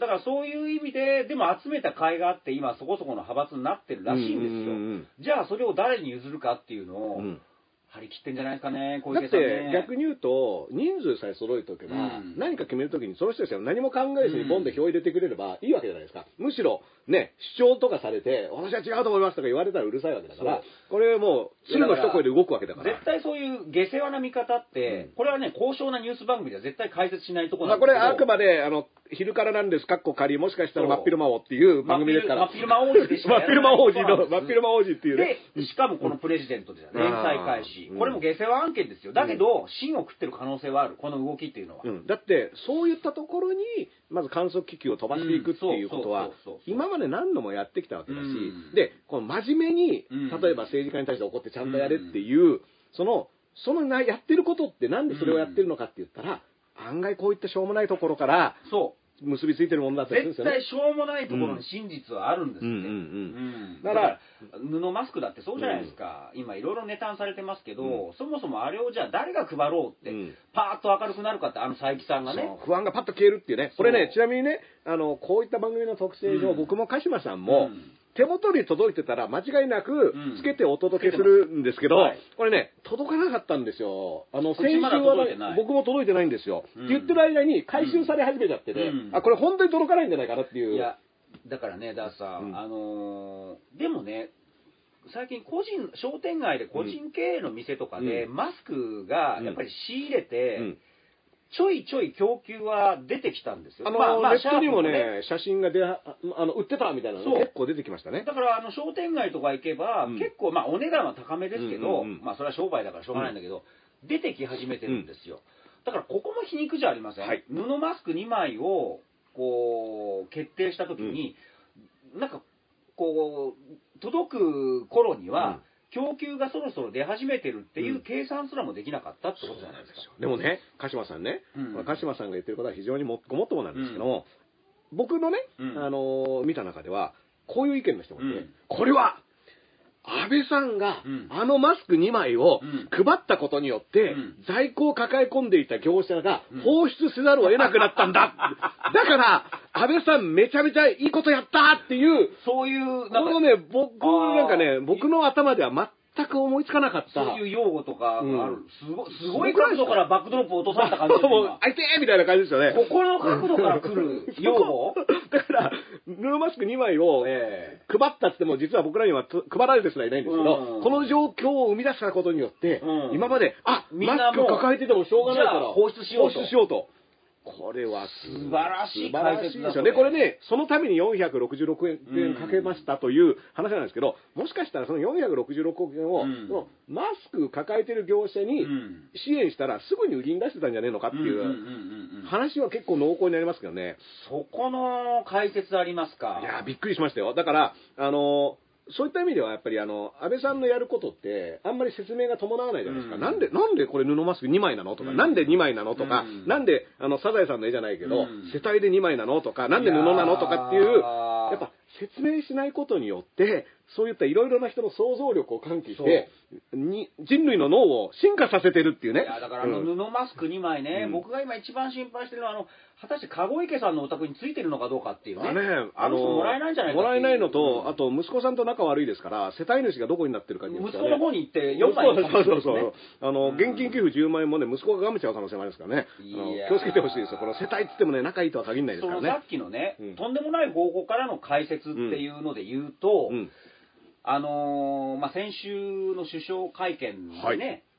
だからそういう意味で、でも集めた甲斐があって今そこそこの派閥になってるらしいんですよ。じゃあそれを誰に譲るかっていうのを、張り切ってんじゃないですかね、小池さんね。 だって逆に言うと、人数さえ揃えておけば、何か決めるときにその人たちは何も考えずにボンで票を入れてくれればいいわけじゃないですか。むしろ、ね、主張とかされて、私は違うと思いますとか言われたらうるさいわけだから、これもう、鶴の一声で動くわけだから。 絶対そういう下世話な見方って、これはね、高尚なニュース番組では絶対解説しないところなんですけど。 これあくまで、昼からなんです、かっこ仮、もしかしたら真っ昼間をっていう番組ですから。 真っ昼間王子でしか真っ昼間王子の、真っ昼間王子っていうね。 で、しかもこのプレジデントで連載開始。これも下世話案件ですよ。だけど、芯を食ってる可能性はある、この動きっていうのは。 だって、そういったところに、まず観測気球を飛ばしていくっていうことは、今まで何度もやってきたわけだし、で、この真面目に、例えば政治家に対して怒ってちゃんとやれっていう、やってることってなんでそれをやってるのかって言ったら、案外こういったしょうもないところから、結びついてるものだったりするんですよね。 絶対しょうもないところに真実はあるんですって。だから布マスクだってそうじゃないですか。今いろいろネタにされてますけど、そもそもあれをじゃあ誰が配ろうって、パーッと明るくなるかって佐伯さんがね。 不安がパッと消えるっていうね。これね、ちなみにね、こういった番組の特性上、僕も鹿島さんも、手元に届いてたら間違いなくつけてお届けするんですけど、これね、届かなかったんですよ。先週は僕も届いてないんですよ。って言ってる間に回収され始めちゃってね、これ本当に届かないんじゃないかなっていう。 いや、だからね、ダースさん、でもね、最近商店街で個人経営の店とかで、マスクがやっぱり仕入れて、ちょいちょい供給は出てきたんですよ。 ネットにもね、写真が売ってたみたいなのが結構出てきましたね。 だから商店街とか行けば、結構お値段は高めですけど、それは商売だからしょうがないんだけど、出てき始めてるんですよ。だからここも皮肉じゃありません。布マスク2枚をこう決定した時に、なんかこう届く頃には、供給がそろそろ出始めてるっていう計算すらもできなかったってことじゃないですか。 でもね、鹿島さんね、鹿島さんが言ってることは非常にごもっともなんですけども、僕のね、見た中では、こういう意見の人もいて、これは、安倍さんが、マスク2枚を配ったことによって、在庫を抱え込んでいた業者が放出せざるを得なくなったんだ。だから、安倍さんめちゃめちゃいいことやったっていう、 そういう、 このね、僕の頭では全く思いつかなかった。 そういう用語とかある。すごい角度からバックドロップを落とされた感じですよ。 あいてーみたいな感じですよね。 ここの角度から来る用語だから、布マスク2枚を配ったっても、実は僕らには配られてすらいないんですけど、この状況を生み出したことによって、今まで、マスク抱えててもしょうがないから放出しようと。 これは素晴らしい解説ですよね。これね、そのために466円かけましたという話なんですけど、もしかしたらその466億円を、マスク抱えてる業者に支援したらすぐに売りに出してたんじゃねえのかっていう話は結構濃厚になりますけどね。 そこの解説ありますか。 いや、びっくりしましたよ。だから、そういった意味ではやっぱり安倍さんのやることってあんまり説明が伴わないじゃないですか。なんでこれ布マスク2枚なのとか、なんで2枚なのとか、なんでサザエさんの絵じゃないけど、世帯で2枚なのとか、なんで布なのとかっていう、やっぱ説明しないことによって、そういったいろいろな人の想像力を喚起して、人類の脳を進化させてるっていうね。 いや、だから布マスク2枚ね、僕が今一番心配してるのは、果たして籠池さんのお宅についてるのかどうかっていうね。もらえないんじゃないかもらえないのと、あと息子さんと仲悪いですから、世帯主がどこになってるかによって、 息子の方に行って4枚そう現金給付10万円もね、息子ががめちゃう可能性もありますからね。気をつけてほしいですよ。この世帯って言ってもね、仲いいとは限らないですからね。 さっきのね、とんでもない方向からの解説っていうので言うと、先週の首相会見でね、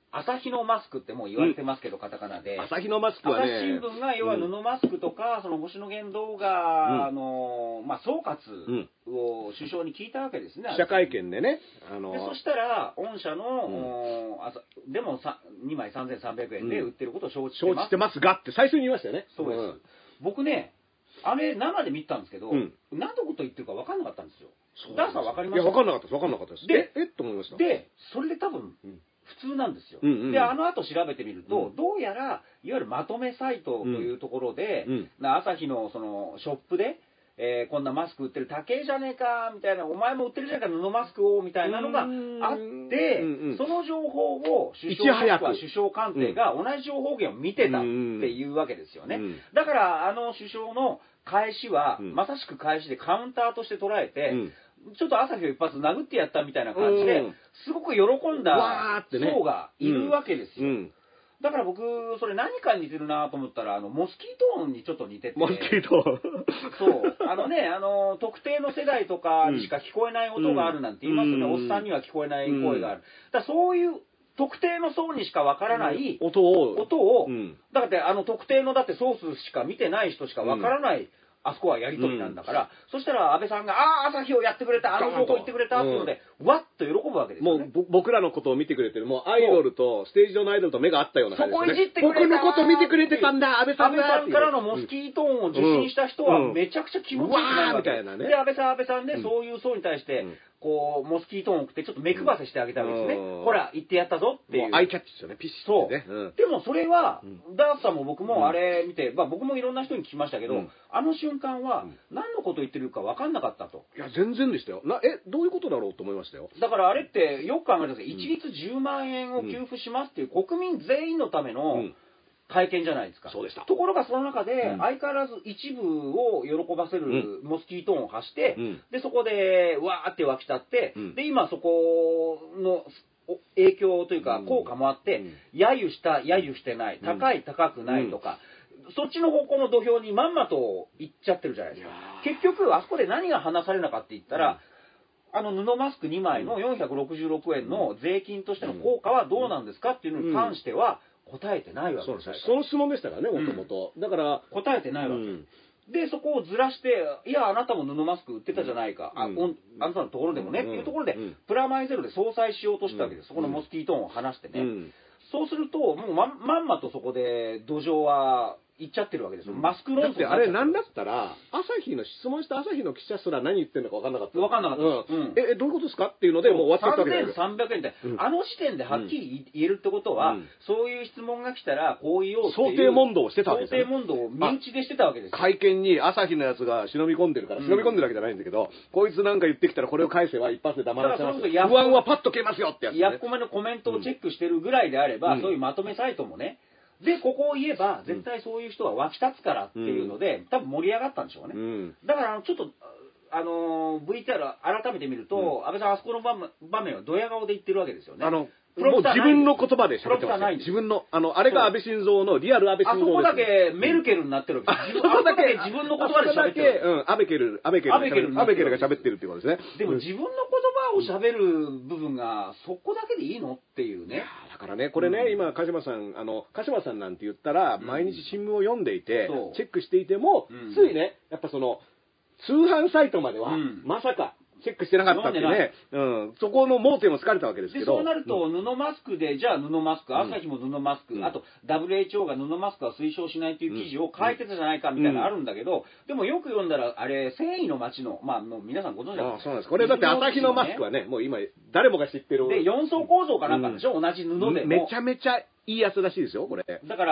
朝日のマスクってもう言われてますけど、カタカナで。 朝日のマスクはね。 朝日新聞が要は布マスクとか、その星野源動画の、総括を首相に聞いたわけですね。 記者会見でね。 でそしたら、御社の、でも2枚3300円で売ってることを承知してます。 承知してますがって最初に言いましたよね。 そうです。僕ね、あれ生で見たんですけど、何のこと言ってるか分かんなかったんですよ。ダーさん分かりました？ いや、分かんなかったです。分かんなかったです。で、と思いました。 で、それで多分、普通なんですよ。で、あの後調べてみると、どうやら、いわゆるまとめサイトというところで、朝日のそのショップで、こんなマスク売ってる高えじゃねえかみたいな、お前も売ってるじゃねえか布マスクをみたいなのがあってその情報を首相官邸が同じ情報源を見てたっていうわけですよね。だから首相の返しはまさしく返しでカウンターとして捉えて、ちょっと朝日を一発殴ってやったみたいな感じですごく喜んだ層がいるわけですよ。だから僕、それ何かに似てるなと思ったら、モスキート音にちょっと似てて。 モスキート音そう。特定の世代とかにしか聞こえない音があるなんて言いますよね。おっさんには聞こえない声がある。だからそういう特定の層にしかわからない音を、だから特定のだってソースしか見てない人しかわからない。あそこはやりとりなんだから、そしたら安倍さんが、朝日をやってくれた、情報言ってくれたっていうので、わっと喜ぶわけですよね。 もう僕らのことを見てくれてる、もうアイドルと、ステージ上のアイドルと目が合ったような感じですね。 そこいじってくれた。 僕のこと見てくれてたんだ、安倍さんだ。 安倍さんからのモスキートーンを受信した人はめちゃくちゃ気持ちよくなるわけで、安倍さんでそういう層に対して、こう、モスキートーンを送ってちょっと目配せしてあげたわけですね。ほら、言ってやったぞっていう。 アイキャッチですよね、ピシッてね。 でもそれは、ダースさんも僕もあれ見て、僕もいろんな人に聞きましたけど、あの瞬間は何のこと言ってるか分かんなかったと。 いや、全然でしたよ。どういうことだろうと思いましたよ。 だからあれってよく考えてください。一律10万円を給付しますっていう国民全員のための会見じゃないですか。 そうでした。 ところがその中で相変わらず一部を喜ばせるモスキートーンを発して、でそこでわーって沸き立って、で今そこの影響というか効果もあって、揶揄した揶揄してない、高い高くないとか、そっちの方向の土俵にまんまと行っちゃってるじゃないですか。結局あそこで何が話されなかって言ったら、布マスク2枚の466円の税金としての効果はどうなんですかっていうのに関しては答えてないわけですよ。 その質問でしたからね、もともと。だから答えてないわけ。で、そこをずらして、いや、あなたも布マスク売ってたじゃないか、あなたのところでもねっていうところで、プラマイゼロで相殺しようとしたわけです。そこのモスキートーンを離してね。そうすると、もうまんまとそこで土壌は行っちゃってるわけですよ。マスク論争。 だってあれなんだったら、質問した朝日の記者すら何言ってんのか分かんなかった。 分かんなかった。 どういうことですかっていうので、もう終わっちゃったわけですよ。 3300円って、あの時点ではっきり言えるってことは、そういう質問が来たら、こう言おうっていう。 想定問答をしてたわけですよ。 想定問答を身内でしてたわけですよ。 会見に朝日のやつが忍び込んでるから、忍び込んでるわけじゃないんだけど、こいつなんか言ってきたらこれを返せば一発で黙らせます。不安はパッと消えますよってやつ。 ヤフコメのコメントをチェックしてるぐらいであれば、そういうまとめサイトもね、で、ここを言えば、絶対そういう人は湧き立つからっていうので、多分盛り上がったんでしょうね。だから、ちょっと、VTR 改めて見ると、安倍さん、あそこの場面はドヤ顔で言ってるわけですよね。 もう自分の言葉で喋ってます。自分の、あれが安倍晋三のリアル安倍晋三です。 あそこだけメルケルになってるわけです。あそこだけ自分の言葉で喋ってる。 安倍ケルが喋ってるっていうことですね。 でも自分の言葉を喋る部分がそこだけでいいのっていうね。 だからね、これね、今、鹿島さんなんて言ったら、毎日新聞を読んでいて、チェックしていても、ついね、やっぱその、通販サイトまでは、まさか、チェックしてなかったってね、そこの盲点を突かれたわけですけど。 そうなると、布マスクで、じゃあ布マスク、朝日も布マスク、あと WHO が布マスクは推奨しないという記事を書いてたじゃないかみたいなのあるんだけど、でもよく読んだら、あれ、繊維の街の、もう皆さんご存知だと思う。 そうなんです。これだって朝日のマスクはね、もう今、誰もが知ってる。 で、4層構造かなんかでしょ、同じ布でも。 めちゃめちゃいいやつらしいですよ、これ。 だから、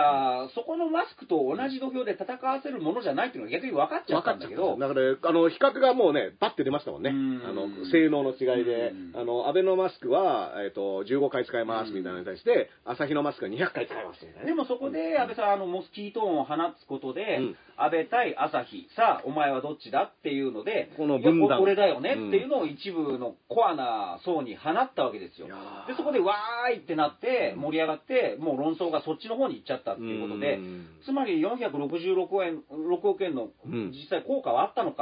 そこのマスクと同じ土俵で戦わせるものじゃないっていうのが逆に分かっちゃったんだけど。 だから、比較がもうね、バッて出ましたもんね。性能の違いで、安倍のマスクは、15回使えますみたいなのに対して、朝日のマスクは200回使えますみたいな。 でもそこで、安倍さん、モスキートーンを放つことで、安倍対朝日、さあ、お前はどっちだっていうので、 この分断。 俺だよねっていうのを一部のコアな層に放ったわけですよ。で、そこでわーいってなって、盛り上がって、もう論争がそっちの方に行っちゃったっていうことで、つまり466億円の実際効果はあったのか。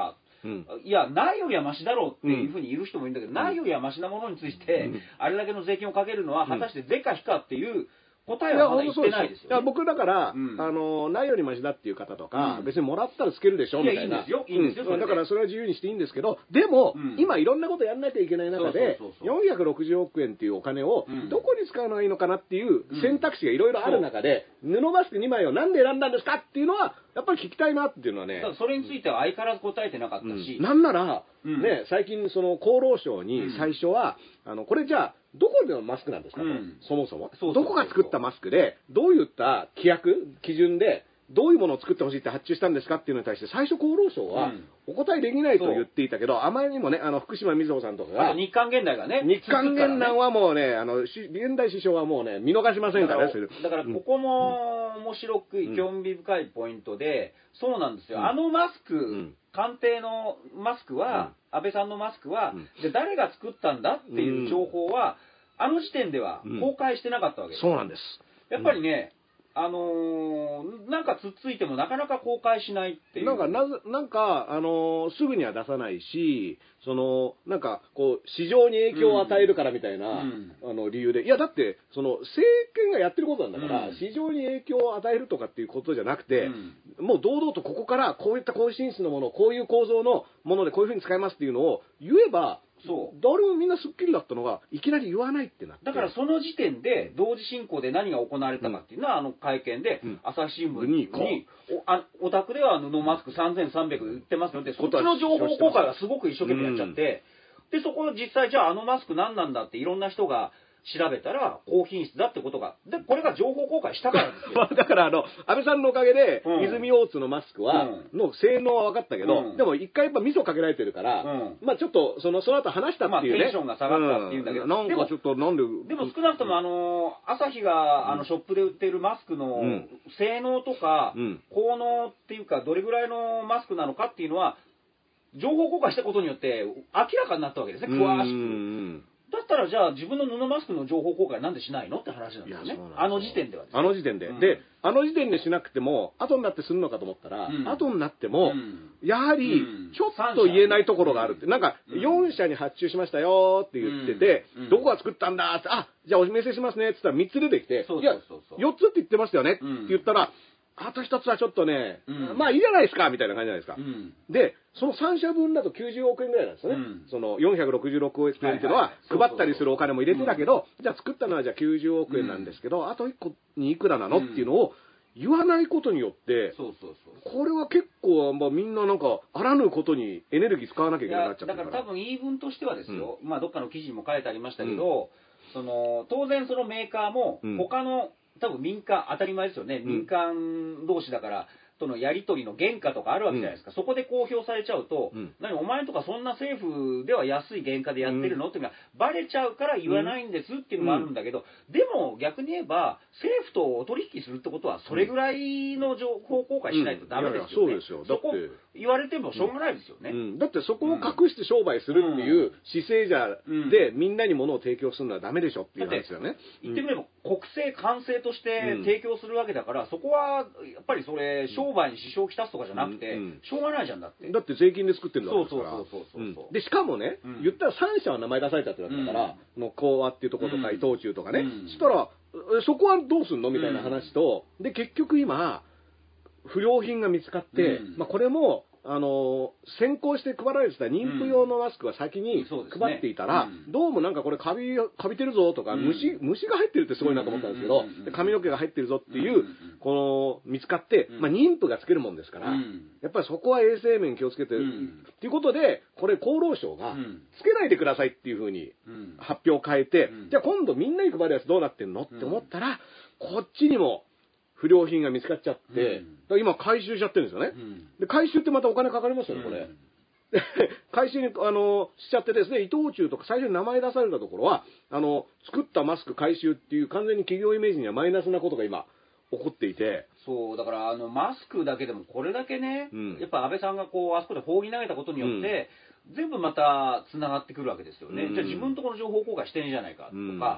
いや、ないよりはマシだろうっていうふうに言う人もいるんだけど、ないよりはマシなものについて、あれだけの税金をかけるのは、果たして是か非かっていう答えはまだ言ってないですよ、ね。 いや、僕だから、ないよりマシだっていう方とか、別にもらったらつけるでしょみたいな。 いいんですよ、いいんですよ。 だからそれは自由にしていいんですけど、でも、今いろんなことやんなきゃいけない中で、460億円っていうお金を、どこに使うのがいいのかなっていう選択肢がいろいろある中で、布マスク2枚をなんで選んだんですかっていうのは、やっぱり聞きたいなっていうのはね。 それについては相変わらず答えてなかったし。 なんなら、ね、最近その厚労省に最初は、これじゃあ、どこでのマスクなんですかと、そもそも。どこが作ったマスクで、どういった規約、基準で、どういうものを作ってほしいって発注したんですかっていうのに対して、最初厚労省はお答えできないと言っていたけど、あまりにもね、福島みずほさんとかが、 日刊現代がね、 日刊現代はもうね、現代首相はもうね、見逃しませんからね、 だからここも面白く、興味深いポイントで、そうなんですよ。あのマスク、官邸のマスクは、安倍さんのマスクは、じゃあ誰が作ったんだっていう情報は、あの時点では公開してなかったわけです。 そうなんです。 やっぱりね、なんかつっついてもなかなか公開しないっていう。 なんか、すぐには出さないし、なんか、こう、市場に影響を与えるからみたいな、理由で。いや、だって、政権がやってることなんだから、市場に影響を与えるとかっていうことじゃなくて、もう堂々とここからこういった高品質のもの、こういう構造のものでこういうふうに使いますっていうのを言えば、誰もみんなスッキリだったのが、いきなり言わないってなって。 だからその時点で、同時進行で何が行われたかっていうのは、会見で、朝日新聞に、お宅では布マスク3300売ってますので、そっちの情報公開がすごく一生懸命やっちゃって、で、そこを実際、じゃあマスク何なんだっていろんな人が、調べたら高品質だってことが、で、これが情報公開したからですよ。 だから安倍さんのおかげで、泉大津のマスクは、の性能は分かったけど、でも一回やっぱ味噌かけられてるから、まあちょっと、その後話したっていうね。 テンションが下がったっていうんだけど、 なんかちょっとなんで。 でも少なくとも朝日がショップで売ってるマスクの性能とか、効能っていうか、どれぐらいのマスクなのかっていうのは、情報公開したことによって明らかになったわけですね、詳しく。だったらじゃあ自分の布マスクの情報公開なんでしないのって話なんですよね。あの時点ではですね。 あの時点で。で、あの時点でしなくても、後になってするのかと思ったら、後になっても、やはり、ちょっと言えないところがあるって。なんか、4社に発注しましたよって言ってて、どこが作ったんだって、じゃあお見せしますねって言ったら3つ出てきて、いや、4つって言ってましたよねって言ったら、あと1つはちょっとね、まあいいじゃないですかみたいな感じじゃないですか。で、その3社分だと90億円ぐらいなんですよね。その466億円っていうのは配ったりするお金も入れてたけど、じゃあ作ったのはじゃあ90億円なんですけど、あと1個にいくらなのっていうのを言わないことによって、これは結構みんななんかあらぬことにエネルギー使わなきゃいけなくなっちゃったから。 だから多分言い分としてはですよ、まあどっかの記事にも書いてありましたけど、当然そのメーカーも他の多分民間、当たり前ですよね、民間同士だから、とのやり取りの原価とかあるわけじゃないですか、そこで公表されちゃうと、お前とかそんな政府では安い原価でやってるのっていうのがバレちゃうから言わないんですっていうのもあるんだけど、でも逆に言えば、政府とお取引するってことは、それぐらいの情報公開しないとダメですよね。そこ言われてもしょうがないですよね。 だってそこを隠して商売するっていう姿勢じゃで、みんなに物を提供するのはダメでしょっていう話ですよね。 言ってみれば、国政、官政として提供するわけだから、そこはやっぱりそれ、商売に支障をきたすとかじゃなくて、しょうがないじゃんだって。 だって税金で作ってるんだから。 そう。 で、しかもね、言ったら3社は名前出されたってわけだから、講和っていうところとか、伊藤忠とかね。そしたら、そこはどうすんのみたいな話と、で、結局今、不良品が見つかって、まあこれも、先行して配られてた妊婦用のマスクは先に配っていたら、どうもなんかこれカビてるぞとか、虫が入ってるってすごいなと思ったんですけど、髪の毛が入ってるぞっていう、見つかって、まあ妊婦がつけるもんですから、やっぱりそこは衛生面気をつけて、っていうことで、これ厚労省が、つけないでくださいっていうふうに発表を変えて、じゃあ今度みんなに配るやつどうなってんのって思ったら、こっちにも、不良品が見つかっちゃって、今回収しちゃってるんですよね。で、回収ってまたお金かかりますよね、これ。回収に、しちゃってですね、伊藤忠とか最初に名前出されたところは、作ったマスク回収っていう完全に企業イメージにはマイナスなことが今、起こっていて。 そう、だからマスクだけでもこれだけね、やっぱ安倍さんがあそこで放り投げたことによって、全部また繋がってくるわけですよね。じゃあ自分のところの情報公開してんじゃないかとか、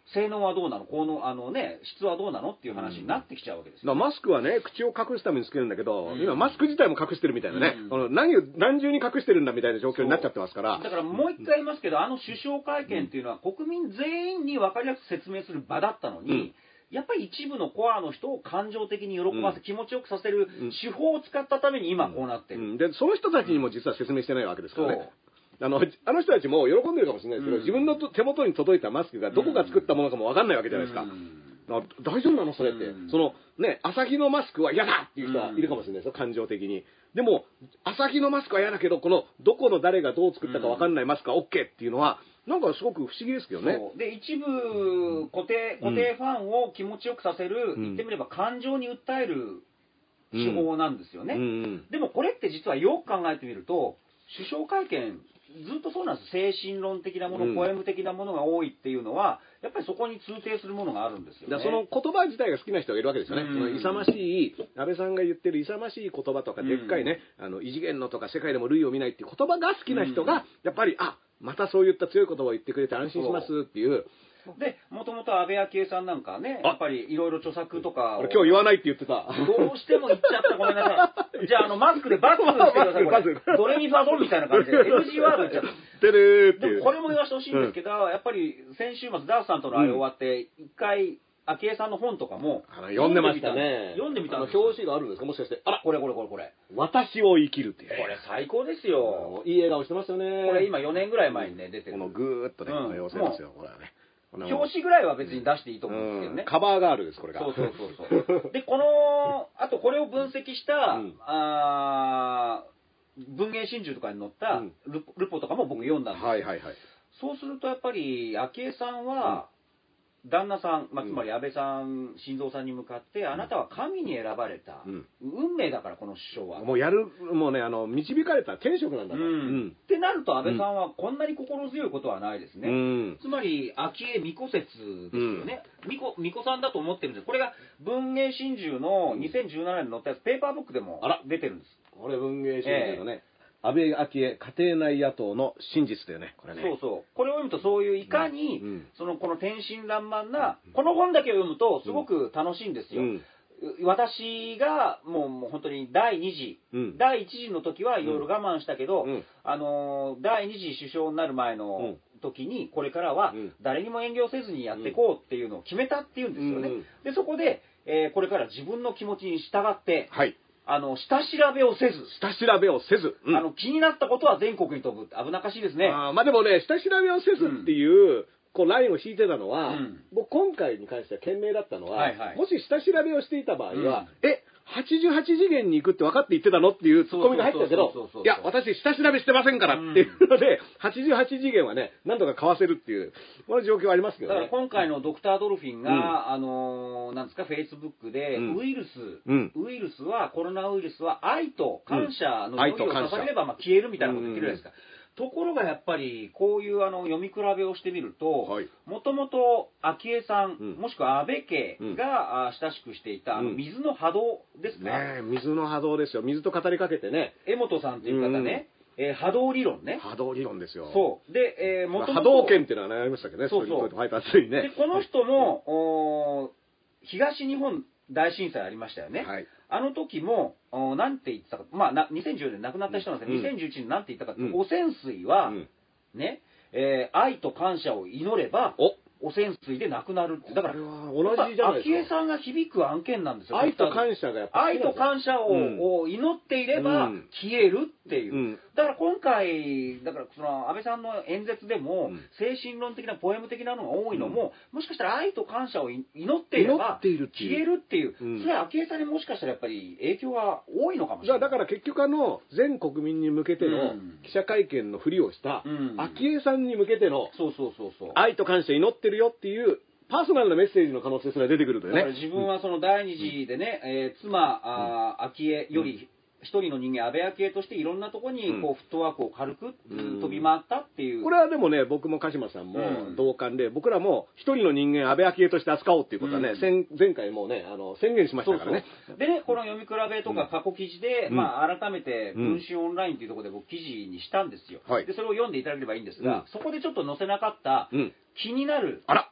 性能はどうなの、質はどうなのっていう話になってきちゃうわけですよ。 マスクはね、口を隠すためにつけるんだけど、今マスク自体も隠してるみたいなね、何重に隠してるんだみたいな状況になっちゃってますから。 だからもう一回言いますけど、首相会見っていうのは国民全員に分かりやすく説明する場だったのに、やっぱり一部のコアの人を感情的に喜ばせ、気持ちよくさせる手法を使ったために今こうなってる。 で、その人たちにも実は説明してないわけですからね。あの人たちも喜んでるかもしれないですけど、自分の手元に届いたマスクがどこが作ったものかも分かんないわけじゃないですか。大丈夫なのそれって。アサヒのマスクは嫌だっていう人はいるかもしれないですよ、感情的に。でも、アサヒのマスクは嫌だけど、どこの誰がどう作ったか分かんないマスクは OK っていうのは、なんかすごく不思議ですけどね。 で、一部固定ファンを気持ちよくさせる、言ってみれば感情に訴える手法なんですよね。でもこれって実はよく考えてみると、首相会見、ずっとそうなんです。精神論的なもの、ポエム的なものが多いっていうのは、やっぱりそこに通底するものがあるんですよね。 その言葉自体が好きな人がいるわけですよね。その勇ましい、安倍さんが言ってる勇ましい言葉とか、でっかいね、異次元のとか世界でも類を見ないっていう言葉が好きな人が、やっぱり、またそういった強い言葉を言ってくれて安心しますっていう。 で、もともと安倍昭恵さんなんかね、やっぱりいろいろ著作とかを。 今日言わないって言ってた。 どうしても言っちゃった、ごめんなさい。じゃあ、マスクでバツしてください、これ。ドレミファドンみたいな感じで、NG ワード言っちゃった。 てるーっていう。 でもこれも言わせてほしいんですけど、やっぱり先週末、ダースさんとのあれ終わって、一回、昭恵さんの本とかも読んでましたね。 読んでみたんです。 表紙があるんですか、もしかして。 これ。 私を生きるっていう。 これ最高ですよ。 いい笑顔してますよね。 これ今4年ぐらい前にね、出てる。 このぐーっとね、妖精ですよ、これはね。 表紙ぐらいは別に出していいと思うんですけどね。 カバーガールです、これが。 そう。で、あとこれを分析した、文藝春秋とかに載ったルポとかも僕読んだんですよ。そうするとやっぱり、昭恵さんは、旦那さん、つまり安倍さん、晋三さんに向かって、あなたは神に選ばれた、運命だから、この首相は。 もうね、導かれた天職なんだと。 ってなると、安倍さんはこんなに心強いことはないですね。つまり、昭恵巫女説ですよね。巫女さんだと思ってるんです。これが文藝春秋の2017年に載ったやつ、ペーパーブックでも出てるんです。 これ文芸春秋のね。安倍昭恵家庭内野党の真実だよね、これね。 そう。これを読むと、そういういかに、この天真爛漫な、この本だけを読むと、すごく楽しいんですよ。私が、もう本当に第2次、第1次の時はいろいろ我慢したけど、第2次首相になる前の時に、これからは誰にも遠慮せずにやっていこうっていうのを決めたっていうんですよね。で、そこで、これから自分の気持ちに従って、下調べをせず。気になったことは全国に飛ぶ。危なっかしいですね。 でもね、下調べをせずっていう、ラインを引いてたのは、僕今回に関しては賢明だったのは、もし下調べをしていた場合は、88次元に行くって分かって言ってたのっていうツッコミが入ったけど、いや、私下調べしてませんからっていうので、88次元はね、何とかかわせるっていう、この状況はありますけどね。 だから今回のドクター・ドルフィンが、なんですか、フェイスブックで、ウイルスは、コロナウイルスは愛と感謝の思いを捧げれば消えるみたいなこと言ってるじゃないですか。ところがやっぱりこういう読み比べをしてみると、もともと昭恵さん、もしくは安倍家が親しくしていた水の波動ですか、 水の波動ですよ。水と語りかけてね。 江本さんっていう方ね、波動理論ね。 波動理論ですよ。 そう。で、 もともと波動拳っていうのはありましたけどね。そう。 で、この人も、東日本大震災ありましたよね。あの時も、なんて言ってたか、2010年亡くなった人なんですけど、2011年なんて言ったかって、汚染水は、ね、愛と感謝を祈れば、汚染水でなくなるって。だから、昭恵さんが響く案件なんですよ。 愛と感謝がやっぱり。 愛と感謝を祈っていれば消えるっていう。だから今回、安倍さんの演説でも、精神論的なポエム的なのが多いのも、もしかしたら愛と感謝を祈っていれば消えるっていう。それは昭恵さんにもしかしたらやっぱり影響が多いのかもしれない。 だから結局全国民に向けての記者会見のふりをした昭恵さんに向けての愛と感謝祈ってるよっていうパーソナルなメッセージの可能性すら出てくるというね。 だから自分はその第二次でね、妻昭恵より一人の人間、安倍昭恵としていろんなところにフットワークを軽く飛び回ったっていう。 これはでもね、僕も鹿島さんも同感で、僕らも一人の人間、安倍昭恵として扱おうっていうことはね、前回もね、宣言しましたからね。 でね、この読み比べとか過去記事で、改めて文春オンラインというところで僕記事にしたんですよ。で、それを読んでいただければいいんですが、そこでちょっと載せなかった気になる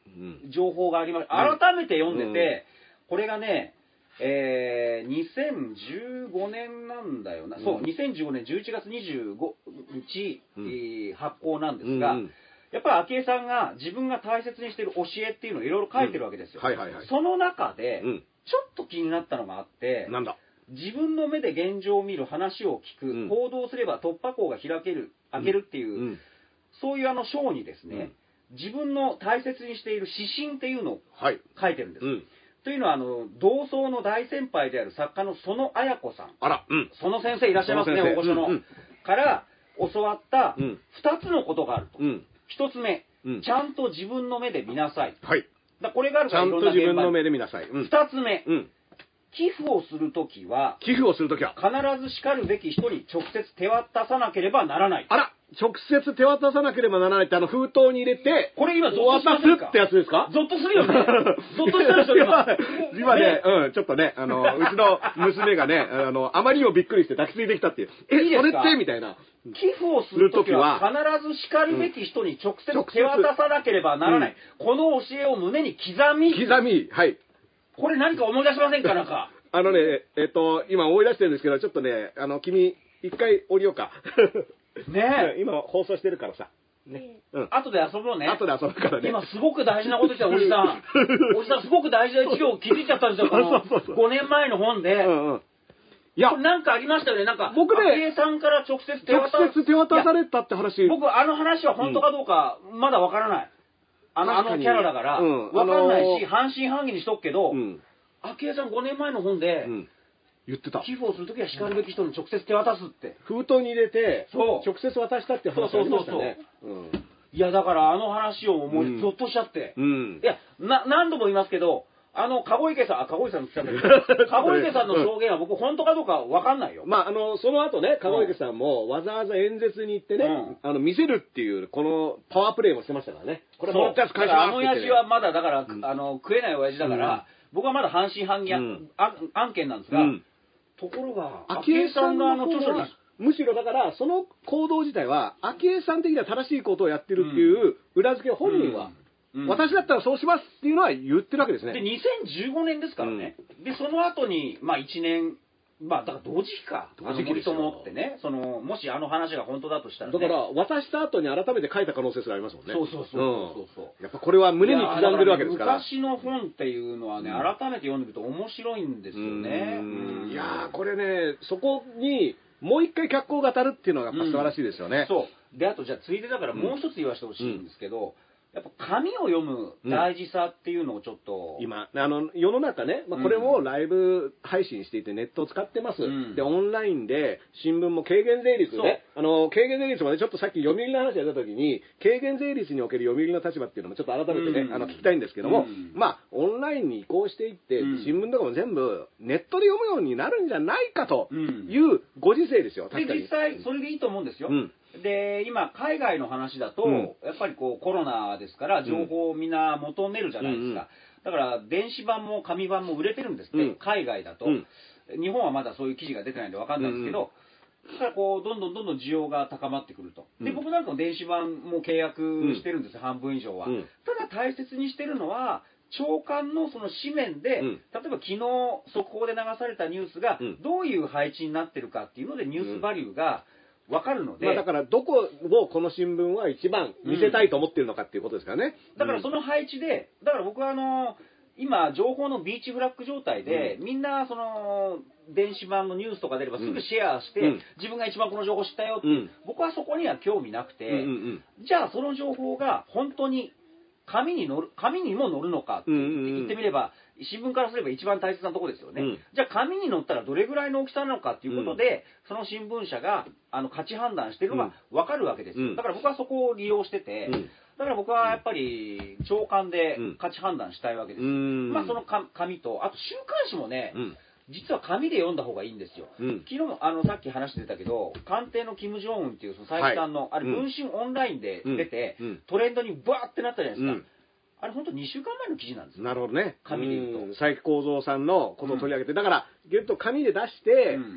情報がありました。改めて読んでて、これがね、2015年なんだよな。そう、2015年11月25日、発行なんですが、やっぱり昭恵さんが自分が大切にしている教えっていうのをいろいろ書いてるわけですよ。その中で、ちょっと気になったのがあって、 なんだ自分の目で現状を見る、話を聞く、行動すれば突破口が開けるっていう、そういう章にですね、自分の大切にしている指針っていうのを書いてるんです。というのは同窓の大先輩である作家の園綾子さん、その先生いらっしゃいますね、大御所の、から教わった2つのことがあると。1つ目、ちゃんと自分の目で見なさい。これがあるからいろんな現場に。ちゃんと自分の目で見なさい。2つ目、寄付をするときは必ずしかるべき人に直接手渡さなければならない。 直接手渡さなければならないって封筒に入れて、 これ今ゾッとしませんか？ 渡すってやつですか？ ゾッとするよね。ゾッとしたでしょ、 今ね、ちょっとね、うちの娘がね、あまりにもびっくりして抱きついてきたっていう。それってみたいな。 寄付をするときは必ずしかるべき人に直接手渡さなければならない。この教えを胸に刻み、 はい。 これ何か思い出しませんか？なんか。 今思い出してるんですけど、ちょっとね、君、一回降りようか。 ねえ。今放送してるからさ。 後で遊ぼうね。 後で遊ぶからね。 今すごく大事なことした、おじさん。おじさんすごく大事な一行気づいちゃったんですよ、この5年前の本で。いや、なんかありましたよね。なんか、 僕ね、 昭恵さんから直接手渡されたって話。 僕、話は本当かどうか、まだわからない。キャラだから、わかんないし、半信半疑にしとくけど、昭恵さん5年前の本で、言ってた。寄付をするときは叱るべき人に直接手渡すって。 封筒に入れて、直接渡したって話ありましたね。 いや、だから話をもうゾッとしちゃって。いや、何度も言いますけど、籠池さんって言ったんだけど、籠池さんの証言は僕本当かどうかわかんないよ。 その後ね、籠池さんもわざわざ演説に行ってね、見せるっていう、このパワープレイもしてましたからね。これもらったやつ返しますって。 親父はまだだから、食えない親父だから、僕はまだ半信半疑案件なんですが、ところが、昭恵さんが著書に、 むしろだから、その行動自体は、昭恵さん的には正しいことをやってるっていう裏付けを本人は、私だったらそうしますっていうのは言ってるわけですね。 で、2015年ですからね。で、その後に、1年、だから同時期か。森友ってね、もし話が本当だとしたらね。 だから、渡した後に改めて書いた可能性すらありますもんね。 そう。 やっぱこれは胸に刻んでるわけですから。 昔の本っていうのはね、改めて読んでみると面白いんですよね。 いやー、これね、そこに、もう一回脚光が当たるっていうのがやっぱ素晴らしいですよね。 そう。で、あとじゃあついでだからもう一つ言わせてほしいんですけど、やっぱ紙を読む大事さっていうのをちょっと、 今世の中ね、これもライブ配信していてネットを使ってます、でオンラインで新聞も軽減税率ね、軽減税率もね、ちょっとさっき読売の話やった時に軽減税率における読売の立場っていうのもちょっと改めてね、聞きたいんですけども、オンラインに移行していって、新聞とかも全部ネットで読むようになるんじゃないかというご時世ですよ。 確かに。で、実際それでいいと思うんですよ。で、今、海外の話だと、やっぱりコロナですから、情報をみんな求めるじゃないですか。だから、電子版も紙版も売れてるんですって、海外だと。日本はまだそういう記事が出てないんで分かんないですけど、だからどんどん需要が高まってくると。で、僕なんかも電子版も契約してるんですよ、半分以上は。ただ大切にしてるのは、朝刊のその紙面で、例えば昨日速報で流されたニュースが、どういう配置になってるかっていうので、ニュースバリューが、わかるので、 だからどこをこの新聞は一番見せたいと思っているのかっていうことですからね。 だからその配置で、だから僕は今情報のビーチフラッグ状態で、みんな電子版のニュースとか出ればすぐシェアして、自分が一番この情報知ったよって、僕はそこには興味なくて、じゃあその情報が本当に紙にも載るのかって言ってみれば、新聞からすれば一番大切なところですよね。じゃあ紙に載ったらどれぐらいの大きさなのかっていうことで、その新聞社が価値判断してるのが分かるわけですよ。だから僕はそこを利用してて、だから僕はやっぱり朝刊で価値判断したいわけです。その紙と、あと週刊誌もね、実は紙で読んだ方がいいんですよ。昨日もさっき話してたけど、官邸のキム・ジョンウンっていう最短の、あれ文春オンラインで出て、トレンドにバーってなったじゃないですか。あれ本当2週間前の記事なんですよ。 なるほどね。 紙で言うと。 佐伯幸三さんのことを取り上げて、だから、ぎゅっと紙で出して、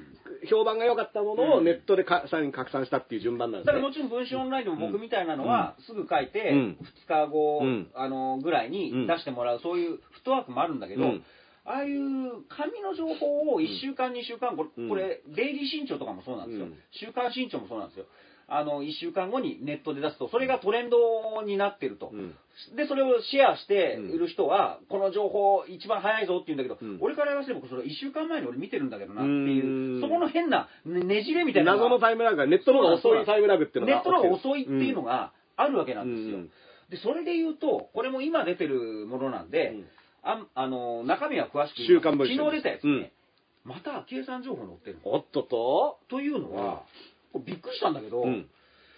評判が良かったものをネットでさらに拡散したっていう順番なんですね。 だからもちろん文春オンラインでも僕みたいなのはすぐ書いて2日後ぐらいに出してもらう、そういうフットワークもあるんだけど、ああいう紙の情報を1週間2週間、これデイリー新潮とかもそうなんですよ、週刊新潮もそうなんですよ。1週間後にネットで出すとそれがトレンドになってると、でそれをシェアして売る人はこの情報一番早いぞって言うんだけど、俺から言わせればそれ1週間前に俺見てるんだけどなっていう、そこの変なねじれみたいな謎のタイムラグが、ネットの方が遅いタイムラグっていうのがネットの方が遅いっていうのがあるわけなんですよ。でそれで言うとこれも今出てるものなんで、中身は詳しく言います。昨日出たやつね、また昭恵さん情報載ってるの。 おっととというのは、びっくりしたんだけど、3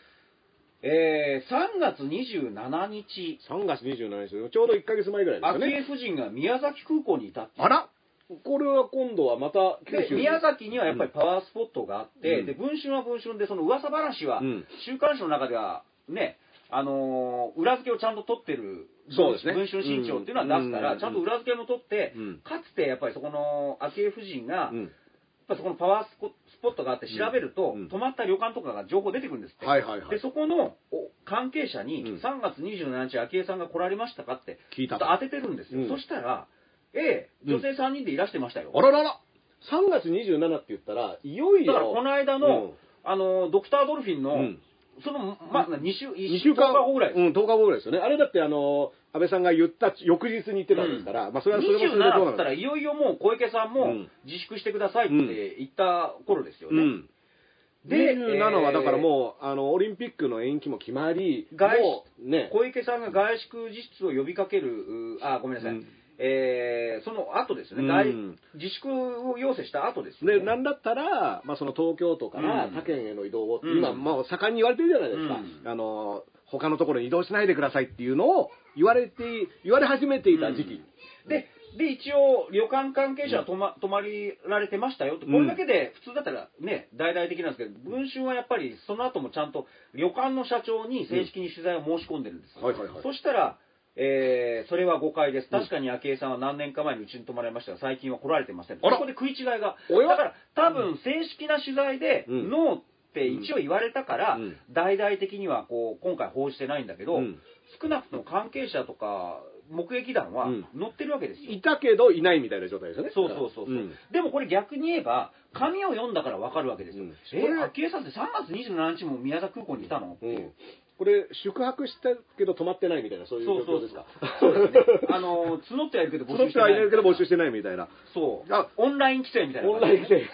月27日。 3月27日、ちょうど1ヶ月前ぐらいですよね。 昭恵夫人が宮崎空港にいたって。 あら、これは今度はまた九州宮崎にはやっぱりパワースポットがあって、で文春は文春で、その噂話は、週刊誌の中ではね、裏付けをちゃんと取ってる。 そうですね、 文春新潮っていうのは出すから、ちゃんと裏付けも取って、かつてやっぱりそこの昭恵夫人が、やっぱそこのパワースポットがあって調べると、泊まった旅館とかが情報出てくるんですって。でそこの関係者に、3月27日昭恵さんが来られましたかって聞いたと当ててるんですよ。そしたら女性3人でいらしてましたよ。 あららら、3月27って言ったらいよいよだからこの間の、ドクタードルフィンの、その2週間後ぐらいです。 10日後ぐらいですよね。あれだって安倍さんが言った翌日に言ってたんですから、それはそれもそれでどうなんだったらいよいよもう小池さんも自粛してくださいって言った頃ですよね。 で、27はだからもうオリンピックの延期も決まり、 小池さんが外出自粛を呼びかける、ごめんなさい。その後ですね、自粛を要請した後ですね。 で、なんだったら、その東京都から他県への移動を、今、盛んに言われてるじゃないですか。他のところに移動しないでくださいっていうのを言われ始めていた時期。 で、一応、旅館関係者は泊まりられてましたよって、これだけで普通だったらね、大々的なんですけど、文春はやっぱりその後もちゃんと旅館の社長に正式に取材を申し込んでるんです。そしたら、それは誤解です。確かに昭恵さんは何年か前にうちに泊まられましたが、最近は来られてません。ここで食い違いが。だから多分正式な取材でノーって一応言われたから、大々的には今回報じてないんだけど、少なくとも関係者とか目撃談は載ってるわけですよ。 いたけどいないみたいな状態ですよね。 そう。でもこれ逆に言えば、紙を読んだから分かるわけですよ。昭恵さんって3月27日も宮崎空港にいたのっていう。 これ宿泊したけど泊まってないみたいな、そういう状況ですか。 そうですね。募ってはいるけど募集してない。 募ってはいるけど募集してないみたいな。 そう。オンライン規制みたいな。 オンライン規制。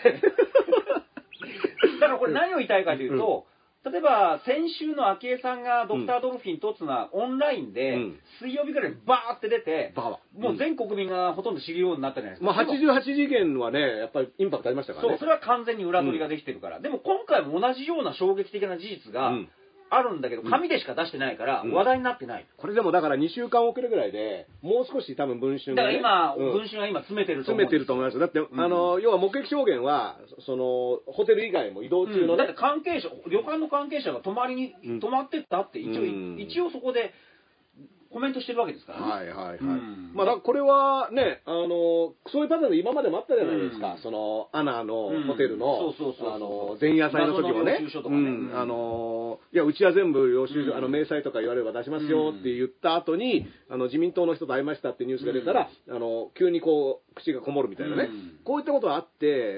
だからこれ何を言いたいかというと、例えば先週の昭恵さんがドクタードルフィンとつなオンラインで水曜日ぐらいにバーって出て、もう全国民がほとんど知るようになったじゃないですか。 88次元はね、やっぱりインパクトありましたからね。 そう、それは完全に裏取りができてるから。でも今回も同じような衝撃的な事実があるんだけど、紙でしか出してないから話題になってない。 これでもだから2週間遅れぐらいで、もう少し多分文春が、だから文春は今詰めてると思う。 詰めてると思います。だって、要は目撃証言は、ホテル以外も移動中のね。 だって関係者、旅館の関係者が泊まってったって、一応そこで、コメントしてるわけですからね。だからこれはね、そういうパターンで今までもあったじゃないですか。アナのホテルの前夜祭の時もね。いや、うちは全部領収書、明細とか言われれば出しますよって言った後に、自民党の人と会いましたってニュースが出たら、急に口がこもるみたいなね。こういったことがあって、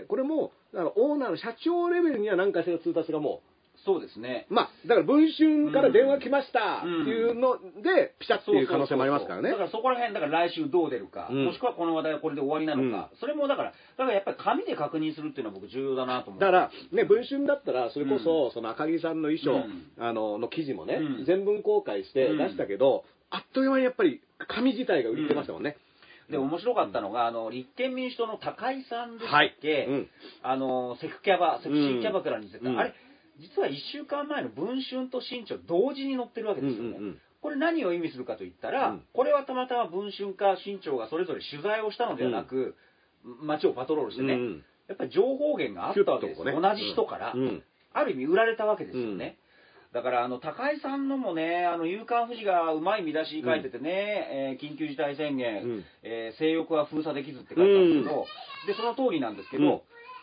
これも、オーナーの社長レベルには何かしら通達がもう、 そうですね。 だから文春から電話来ましたっていうので、ピシャッっていう可能性もありますからね。 だからそこら辺、だから来週どう出るか、もしくはこの話題はこれで終わりなのか、それもだからやっぱり紙で確認するっていうのは僕重要だなと思う。 だから、ね、文春だったら、それこそ、赤木さんの衣装、の記事もね、全文公開して出したけど、あっという間にやっぱり紙自体が売りてましたもんね。 で、面白かったのが、立憲民主党の高井さんでしたっけ、セクシーキャバクラについて、あれ、実は1週間前の文春と新潮同時に載ってるわけですよね。これ何を意味するかといったら、これはたまたま文春か新潮がそれぞれ取材をしたのではなく、街をパトロールしてね、やっぱり情報源があったわけですよ。同じ人から、ある意味売られたわけですよね。だから高井さんのもね、夕刊フジがうまい見出し書いててね、緊急事態宣言、性欲は封鎖できずって書いてあるんですけど、でその通りなんですけど、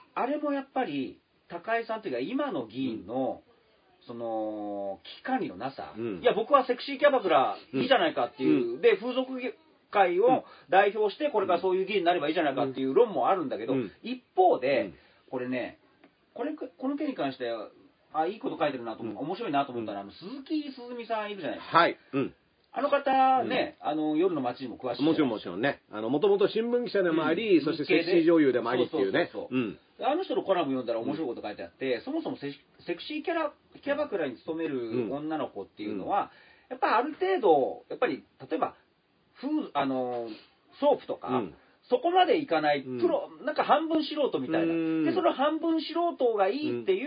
あれもやっぱり高井さんというか今の議員の、その危機管理のなさ、いや僕はセクシーキャバクラいいじゃないかっていう、で風俗会を代表してこれからそういう議員になればいいじゃないかっていう論もあるんだけど、一方でこれね、この件に関していいこと書いてるなと思う、面白いなと思ったら、鈴木すずみさんいるじゃないですか。 はい。 あの方ね、夜の街にも詳しい。 もちろんね。もともと新聞記者でもあり、そしてセクシー女優でもありっていうね。 あの人のコラム読んだら面白いこと書いてあって、そもそもセクシーキャバクラに勤める女の子っていうのは、やっぱりある程度、やっぱり例えば、ソープとか、そこまでいかないプロ、なんか半分素人みたいな。で、その半分素人がいいっていう、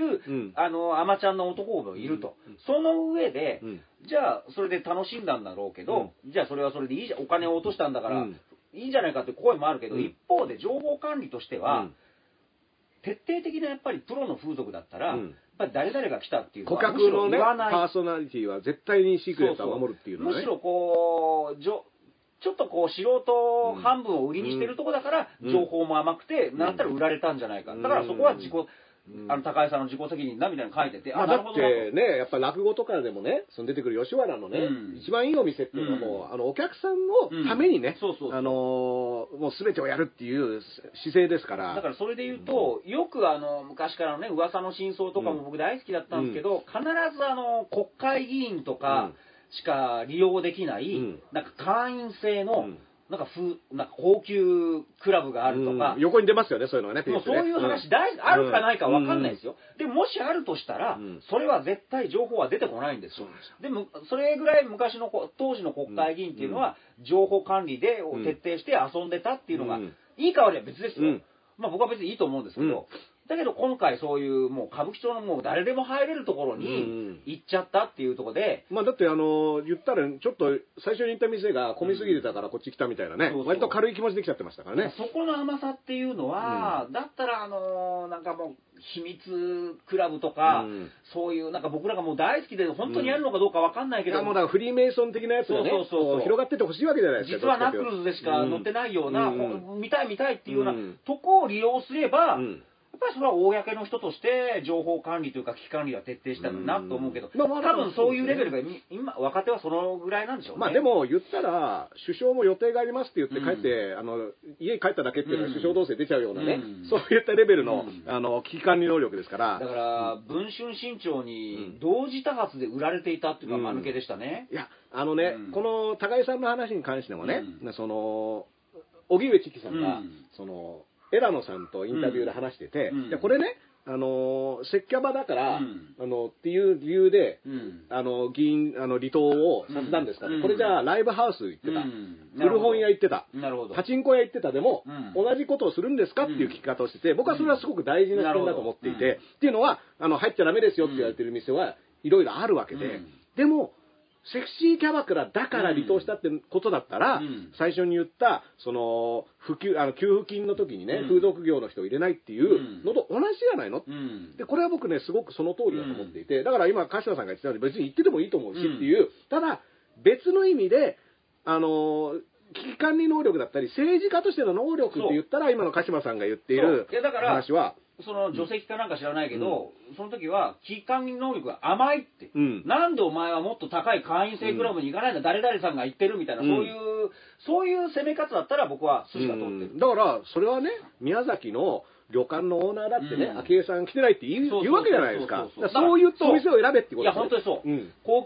アマちゃんの男もいると。その上で、じゃあ、それで楽しんだんだろうけど、じゃあそれはそれでいいじゃん。お金を落としたんだから、いいんじゃないかって声もあるけど、一方で情報管理としては、徹底的なやっぱりプロの風俗だったら、やっぱり誰々が来たっていうのは、 顧客のね、パーソナリティは絶対にシークレットを守るっていうのはね。 むしろこう、ちょっとこう素人半分を売りにしてるとこだから情報も甘くて、なんだったら売られたんじゃないか。だからそこは高井さんの自己責任だみたいなの書いてて、 だってね、やっぱ落語とかでもね、その出てくる吉原のね、一番いいお店っていうのはもう、お客さんのためにね、もう全てをやるっていう姿勢ですから。 だからそれで言うと、よく昔からのね、噂の真相とかも僕大好きだったんですけど、必ず国会議員とかしか利用できない、なんか会員制の、なんか高級クラブがあるとか、 横に出ますよね、そういうのがね。 もうそういう話、あるかないか分かんないですよ。でもしあるとしたら、それは絶対情報は出てこないんですよ。でもそれぐらい昔の当時の国会議員っていうのは、情報管理で徹底して遊んでたっていうのが、いいか悪いは別ですよ。まあ僕は別にいいと思うんですけど、だけど今回そういうもう歌舞伎町のもう誰でも入れるところに行っちゃったっていうところで、 まあだって言ったらちょっと最初に行った店が混みすぎてたからこっち来たみたいなね、割と軽い気持ちで来ちゃってましたからね。 そこの甘さっていうのは、だったらなんかもう秘密クラブとか、そういうなんか僕らがもう大好きで本当にやるのかどうかわかんないけど、 もうだからフリーメイソン的なやつがね、広がっててほしいわけじゃないですか。 実はナックルズでしか載ってないような、見たいっていうようなとこを利用すれば、やっぱりそれは公の人として情報管理というか危機管理は徹底したんだなと思うけど、多分そういうレベルが今若手はそのぐらいなんでしょうね。 まあでも言ったら首相も予定がありますって言って帰って家に帰っただけっていうのは首相同棲出ちゃうようなね、そういったレベルの危機管理能力ですから。 だから文春新潮に同時多発で売られていたっていうのが間抜けでしたね。 いやこの高井さんの話に関してもね、その荻上チキさんがその枝野さんとインタビューで話してて、これね、セクキャバだから、っていう理由で、議員、離党をさせたんですから、これじゃあライブハウス行ってた、古本屋行ってた、パチンコ屋行ってたでも、同じことをするんですかっていう聞き方をしてて、僕はそれはすごく大事な視点だと思っていて、っていうのは、入っちゃダメですよって言われてる店はいろいろあるわけで、でも、セクシーキャバクラだから離党したってことだったら、最初に言った、その、給付金の時にね、風俗業の人を入れないっていうのと同じじゃないの、で、これは僕ね、すごくその通りだと思っていて、だから今、柏さんが言ってたように別に言っててもいいと思うしっていう、ただ、別の意味で、危機管理能力だったり、政治家としての能力って言ったら、今の鹿島さんが言っている話は、 その除籍かなんか知らないけど、その時は危機管理能力が甘いって、なんでお前はもっと高い会員制クラブに行かないんだ、誰々さんが言ってるみたいな、そういう攻め方だったら僕は筋が通ってる。 だからそれはね、宮崎の旅館のオーナーだってね、昭恵さん来てないって言うわけじゃないですか。そういったお店を選べってことですね。 いや本当にそう。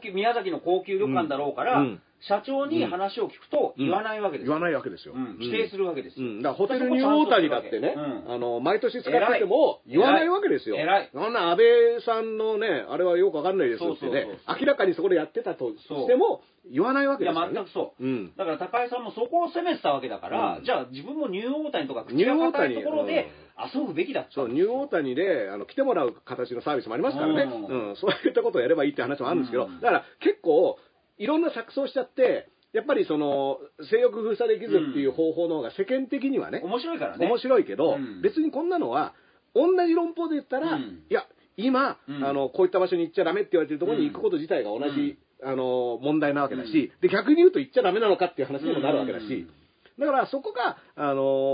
宮崎の高級旅館だろうから、社長に話を聞くと言わないわけですよ。 言わないわけですよ。 否定するわけですよ。 だからホテルニューオータニだってね、毎年使ってても言わないわけですよ。そんな安倍さんのね、あれはよくわかんないですよってね、明らかにそこでやってたとしても言わないわけですよね。 いや、全くそう。だから高井さんもそこを責めてたわけだから、じゃあ自分もニューオータニとか口が硬いところで遊ぶべきだった。 そう、ニューオータニで来てもらう形のサービスもありますからね。そういったことをやればいいって話もあるんですけど、だから結構いろんな錯綜しちゃって、やっぱりその性欲封鎖できずっていう方法の方が世間的にはね、 面白いからね。 面白いけど、別にこんなのは同じ論法で言ったら、いや今こういった場所に行っちゃダメって言われてるところに行くこと自体が同じ問題なわけだし、で逆に言うと行っちゃダメなのかっていう話にもなるわけだし、だからそこが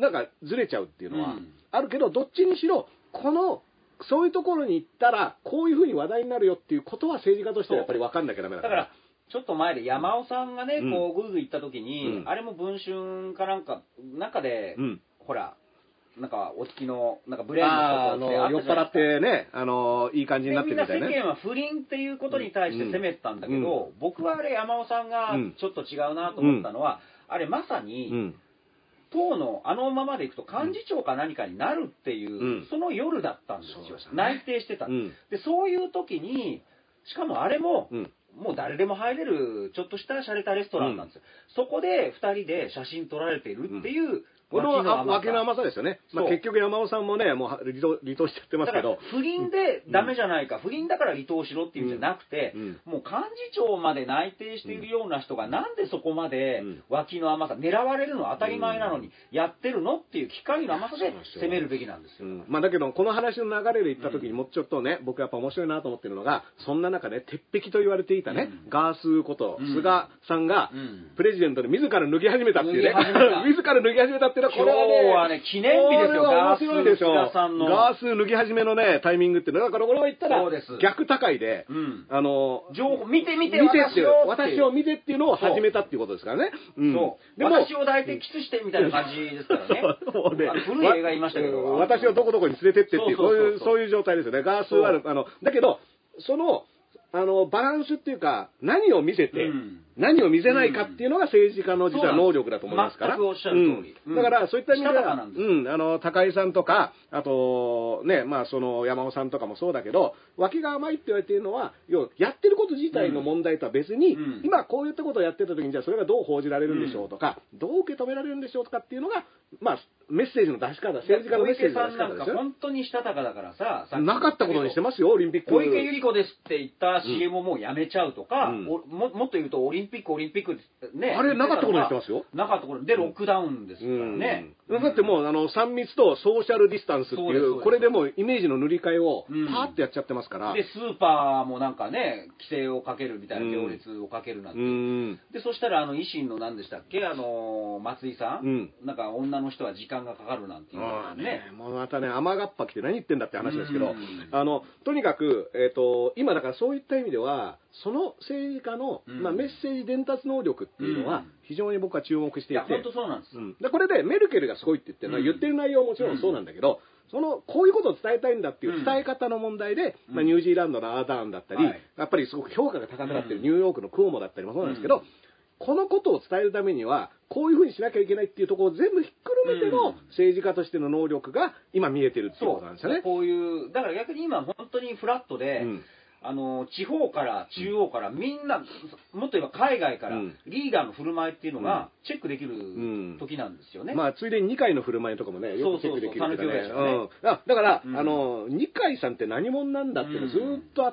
なんかずれちゃうっていうのはあるけど、どっちにしろ、そういうところに行ったら、こういうふうに話題になるよっていうことは政治家としてはやっぱり分かんなきゃダメだから。 だからちょっと前で山尾さんがね、こう、ぐいぐい行った時に、あれも文春かなんか、中で、ほら、なんか、お付きの、なんかブレーンの人と酔っ払ってね、いい感じになってるみたいな。 みんな世間は不倫っていうことに対して責めてたんだけど、僕はあれ山尾さんがちょっと違うなと思ったのは、あれまさに、党のあのままでいくと幹事長か何かになるっていう、その夜だったんですよ。内定してた。で、そういう時に、しかもあれも、もう誰でも入れるちょっとした洒落たレストランなんですよ。そこで2人で写真撮られているっていう、 この脇の甘さですよね。結局山尾さんもね、もう離党しちゃってますけど。 不倫でダメじゃないか、不倫だから離党しろっていうんじゃなくて、もう幹事長まで内定しているような人がなんでそこまで脇の甘さ、狙われるのは当たり前なのにやってるのっていう機会の甘さで攻めるべきなんですよ。 だけど、この話の流れで言った時にもうちょっとね、僕やっぱ面白いなと思ってるのが、そんな中で鉄壁と言われていたね、ガースーこと菅さんがプレジデントで自ら脱ぎ始めたっていうね、自ら脱ぎ始めたっていうのは、これはね、 記念日ですよ、 面白いでしょ。ガース脱ぎ始めのね、タイミングっていうのは、だから俺は言ったら、逆高いで、 情報、見て私を見てっていうのを始めたっていうことですからね。 そう。私を抱いてキスしてみたいな感じですからね。古い映画言いましたけど。 私をどこどこに連れてってっていう、そういう状態ですよね。ガースは、だけど、その、バランスっていうか、何を見せて、何を見せないかっていうのが政治家の実は能力だと思いますから。 全くおっしゃる通り。 だから、そういった意味では、高井さんとか、あと、ね、その山尾さんとかもそうだけど、脇が甘いって言われているのは、やってること自体の問題とは別に、今こういったことをやってた時に、じゃあそれがどう報じられるんでしょうとか、どう受け止められるんでしょうとかっていうのが、メッセージの出し方、政治家のメッセージの出し方ですよ。 本当にしたたかだからさ、 なかったことにしてますよ、オリンピック。 小池百合子ですって言った CM をもうやめちゃうとか、もっと言うとオリンピックね。 あれなかったことにしてますよ。 なかったことでロックダウンですからね。 だってもう3密とソーシャルディスタンスっていう、これでもうイメージの塗り替えをパーッとやっちゃってますから。 で、スーパーもなんかね、規制をかけるみたいな、行列をかけるなんて。で、そしたら維新の何でしたっけ、松井さん、なんか女の人は時間がかかるなんていうね。 もうまたね、雨がっぱ来て何言ってんだって話ですけど、とにかく、今だからそういった意味では、その政治家の、メッセージ伝達能力っていうのは非常に僕は注目していて、 本当そうなんです。 でこれでメルケルがすごいって言ってるのは、言ってる内容はもちろんそうなんだけど、こういうことを伝えたいんだっていう伝え方の問題で、ニュージーランドのアーダーンだったり、やっぱりすごく評価が高くなってるニューヨークのクオモだったりもそうなんですけど、このことを伝えるためにはこういうふうにしなきゃいけないっていうところを全部ひっくるめての政治家としての能力が今見えてるっていうことなんですよね。 こういうだから逆に今本当にフラットで、地方から中央からみんな、もっと言えば海外からリーダーの振る舞いっていうのがチェックできる時なんですよね。 ついでに二階の振る舞いとかもね、よくチェックできるっていうかね。だから、二階さんって何者なんだっていうのずっとあって、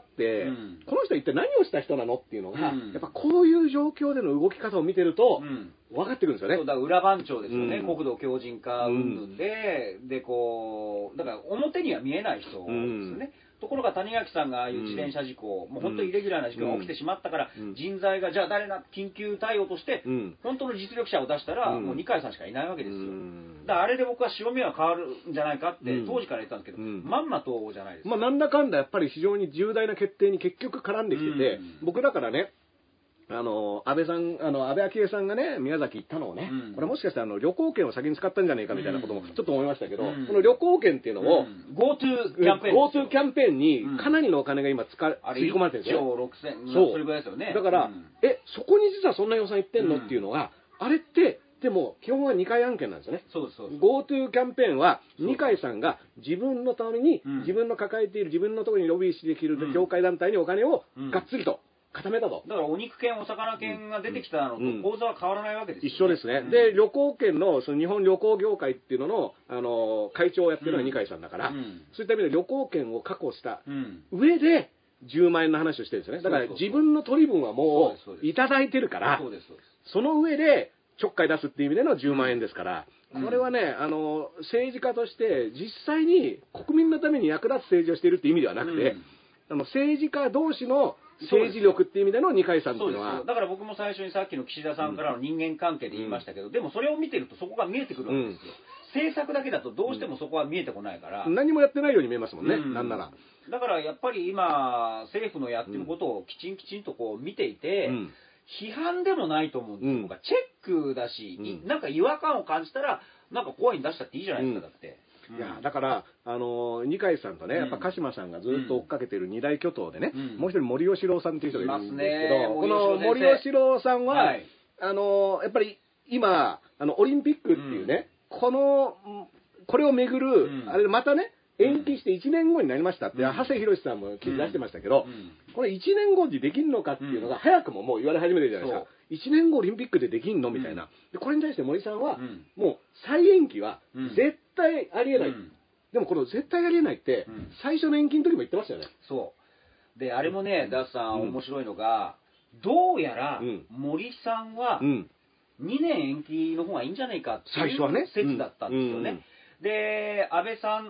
この人は一体何をした人なのっていうのが、やっぱこういう状況での動き方を見てると、分かってくるんですよね。 そうだ、裏番長ですよね。国土強靭化云々で、こう、だから表には見えない人ですよね。ところが谷垣さんがああいう自転車事故、もう本当にイレギュラーな事故が起きてしまったから、人材がじゃあ誰な緊急対応として、本当の実力者を出したら、もう二階さんしかいないわけですよ。だからあれで僕は潮目は変わるんじゃないかって当時から言ったんですけど、まんまとじゃないですか。 なんだかんだやっぱり非常に重大な決定に結局絡んできてて、僕だからね、安倍昭恵さんがね、宮崎行ったのをね、これもしかして旅行券を先に使ったんじゃないかみたいなこともちょっと思いましたけど、この旅行券っていうのを、 GoTo キャンペーン。 GoTo キャンペーンにかなりのお金が今吸い込まれてるんですよ。 1兆6000、それぐらいですよね。 だから、そこに実はそんな予算いってんのっていうのが、あれって、でも基本は2回案件なんですよね。GoTo キャンペーンは二階さんが自分のために、自分の抱えている自分のところにロビーできる協会団体にお金をがっつりと固めたと。 だからお肉券、お魚券が出てきたのと構造は変わらないわけですよね。 一緒ですね。で、旅行券の、日本旅行業界っていうのの、会長をやってるのは二階さんだから、そういった意味で旅行券を確保した上で、10万円の話をしてるんですよね。だから自分の取り分はもういただいてるから、その上でちょっかい出すっていう意味での10万円ですから、これはね、政治家として実際に国民のために役立つ政治をしているっていう意味ではなくて、政治家同士の政治力っていう意味での二階さんっていうのは。 だから僕も最初にさっきの岸田さんからの人間関係で言いましたけど、でもそれを見てるとそこが見えてくるわけですよ。 政策だけだとどうしてもそこは見えてこないから。 何もやってないように見えますもんね、なんなら。 だからやっぱり今、政府のやってることをきちんとこう見ていて、批判でもないと思うんですよ。僕はチェックだし、なんか違和感を感じたら、なんか声に出したっていいじゃないですか、だって。 いやだから二階さんとね、やっぱ鹿島さんがずっと追っかけてる二大巨頭でね、もう一人森喜朗さんっていう人がいるんですけど、この森喜朗さんは、やっぱり今オリンピックっていうね、これをめぐる、あれまたね延期して1年後になりましたって、長谷博さんも記事出してましたけど、これ1年後にできるのかっていうのが早くももう言われ始めてるじゃないですか。1年後オリンピックでできんのみたいな。でこれに対して森さんは、もう再延期は絶対ありえない。でもこの絶対ありえないって、最初の延期の時も言ってましたよね。 そう。で、あれもね、ダースさん面白いのが、どうやら森さんは2年延期の方がいいんじゃないかっていう説だったんですよね。で、安倍さん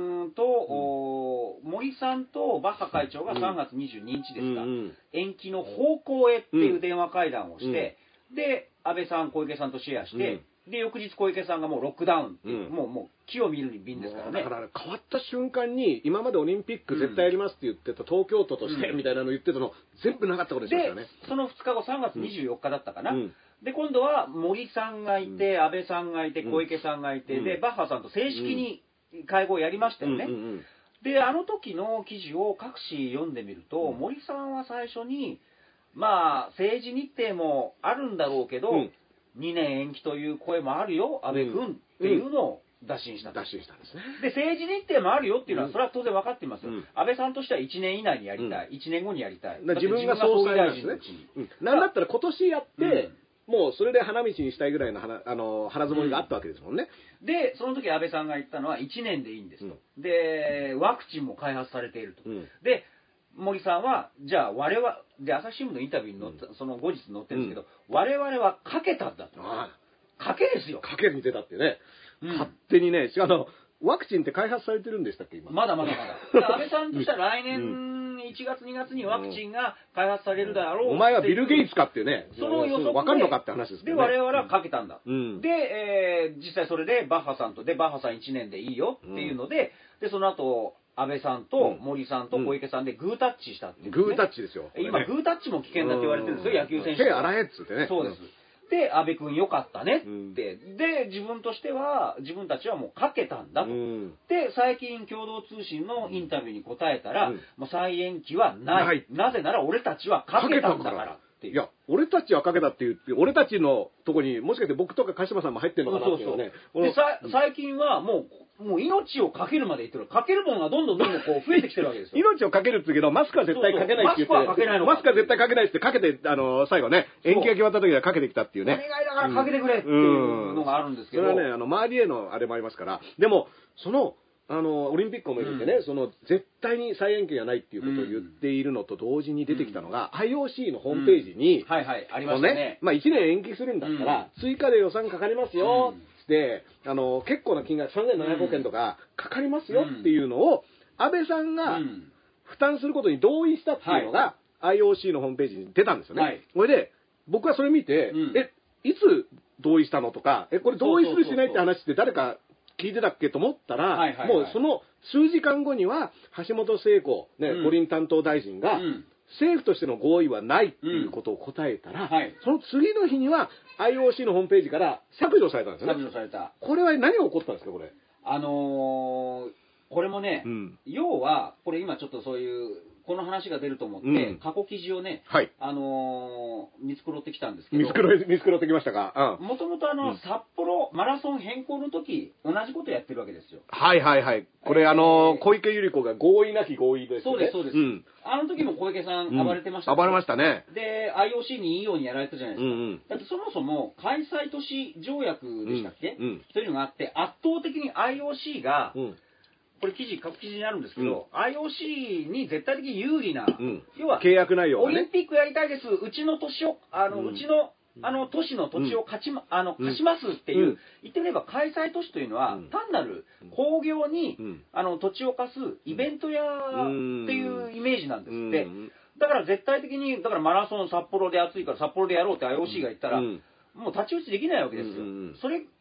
と、森さんとバッハ会長が3月22日ですか、延期の方向へっていう電話会談をして、で、安倍さん、小池さんとシェアして、で、翌日小池さんがもうロックダウンっていう、もう木を見るに便ですからね。 だから変わった瞬間に、今までオリンピック絶対やりますって言ってた東京都としてみたいなの言ってたの、全部なかったことにしましたよね。 で、その2日後、3月24日だったかな。で、今度は森さんがいて、安倍さんがいて、小池さんがいて、で、バッハさんと正式に会合をやりましたよね。で、あの時の記事を各紙読んでみると、森さんは最初に、まあ、政治日程もあるんだろうけど、2年延期という声もあるよ、安倍君っていうのを打診したんですね。で、政治日程もあるよっていうのは、それは当然分かっています。安倍さんとしては1年以内にやりたい、1年後にやりたい。 自分が総理大臣のうちに。なんだったら今年やって、もうそれで花道にしたいぐらいの腹積もりがあったわけですもんね。 で、その時安倍さんが言ったのは1年でいいんですと。で、ワクチンも開発されていると。で、森さんは、じゃあ我々、で、朝日新聞のインタビューに載った、その後日載ってるんですけど、我々はかけたんだと。かけですよ。 かけに出たってね。勝手にね、ワクチンって開発されてるんでしたっけ、今。 まだ。安倍さんとしては来年1月2月にワクチンが開発されるだろう。 お前はビル・ゲイツかってね。 その予測で。 わかるのかって話ですけどね。 で、我々はかけたんだ。で、実際それでバッハさんと、で、バッハさん1年でいいよっていうので、で、その後、安倍さんと森さんと小池さんでグータッチしたっていう、 グータッチですよ。 今、グータッチも危険だって言われてるんですよ、野球選手。 手洗えっつってね。 そうです。で、安倍君よかったねって。で、自分としては、自分たちはもうかけたんだと。で、最近共同通信のインタビューに答えたら、もう再延期はない。なぜなら俺たちはかけたんだからっていう。 いや、俺たちはかけたって言って、俺たちのとこにもしかして僕とか鹿島さんも入ってるのかなっていうね。 で、最近はもう命をかけるまで言ってる。かけるものがどんどんこう増えてきてるわけですよ。 命をかけるって言うけど、マスクは絶対かけないって言って。 マスクはかけないの。 マスクは絶対かけないってかけて、最後ね、延期が決まった時にはかけてきたっていうね。 お願いだからかけてくれっていうのがあるんですけど。 それはね、周りへのあれもありますから。でも、オリンピックをめぐってね、絶対に再延期がないっていうことを言っているのと同時に出てきたのが、IOC のホームページに、 ありましたね。 まあ1年延期するんだったら、追加で予算かかりますよって、結構な金額、3700億円とかかかりますよっていうのを、安倍さんが負担することに同意したっていうのが、IOC のホームページに出たんですよね。それで、僕はそれ見て、いつ同意したのとか、これ同意するしないって話って誰か聞いてたっけと思ったら、もうその数時間後には、橋本聖子、五輪担当大臣が、政府としての合意はないっていうことを答えたら、その次の日には IOC のホームページから削除されたんですよね。 削除された。 これは何が起こったんですか、これ。 これもね、要は、これ今ちょっとそういう、この話が出ると思って、過去記事をね、見繕ってきたんですけど。 見繕ってきましたか。 もともと札幌マラソン変更の時、同じことやってるわけですよ。 これ小池百合子が合意なき合意ですね。 そうです。あの時も小池さん暴れてました。 暴れましたね。 で、IOC にいいようにやられたじゃないですか。だってそもそも開催都市条約でしたっけというのがあって、圧倒的に IOC が、これ各記事にあるんですけど、IOC に絶対的に有利な、要は契約内容オリンピックやりたいです、うちの都市をうちの都市の土地を貸しますっていう、言ってみれば開催都市というのは、単なる工業に土地を貸すイベント屋っていうイメージなんですって。だから絶対的に、だからマラソン札幌で暑いから札幌でやろうって IOC が言ったら、もう太刀打ちできないわけですよ。それ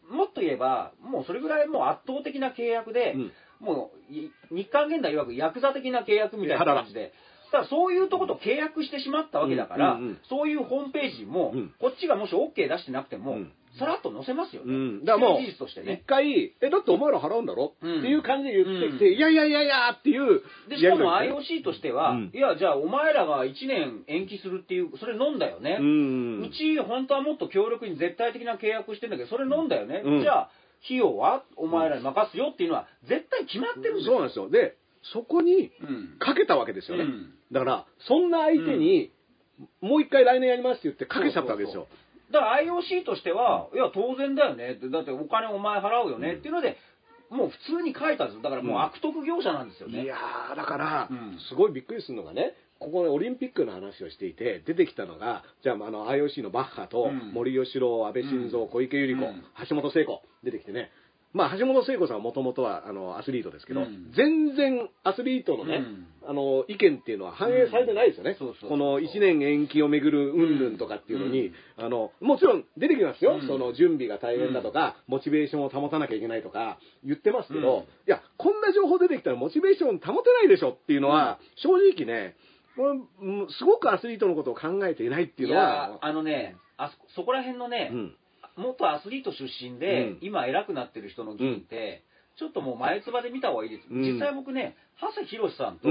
もっと言えば、もうそれぐらいもう圧倒的な契約で、もう日韓現代曰くヤクザ的な契約みたいな感じで、ただそういうとこと契約してしまったわけだから、そういうホームページも、こっちがもし OK 出してなくても、さらっと載せますよね。 だからもう、 事実としてね。 一回、だってお前ら払うんだろっていう感じで言ってきて、いやいやいやいやっていう。 で、しかも IOC としては、いや、じゃあお前らが1年延期するっていう、それ飲んだよね。うち、本当はもっと強力に絶対的な契約してんだけど、それ飲んだよね。じゃあ、費用はお前らに任すよっていうのは、絶対決まってるんですよ。 そうなんですよ。で、そこにかけたわけですよね。だから、そんな相手に、もう一回来年やりますって言ってかけちゃったわけですよ。 だから IOC としては、いや、当然だよねって、だってお金お前払うよねっていうので、もう普通に書いたんですよ。だからもう悪徳業者なんですよね。 いやー、だから、すごいびっくりするのがね、ここでオリンピックの話をしていて、出てきたのが、じゃあ、IOC のバッハと、森喜朗、安倍晋三、小池百合子、橋本聖子、出てきてね、橋本聖子さんはもともとはアスリートですけど、全然アスリートのね、意見っていうのは反映されてないですよね。この1年延期をめぐる云々とかっていうのに、もちろん出てきますよ。その準備が大変だとか、モチベーションを保たなきゃいけないとか言ってますけど、いや、こんな情報出てきたらモチベーション保てないでしょっていうのは、正直ね、すごくアスリートのことを考えていないっていうのは。 そこら辺のね、元アスリート出身で、今偉くなってる人の議員って、ちょっともう前つばで見た方がいいです。実際僕ね、長谷博さんと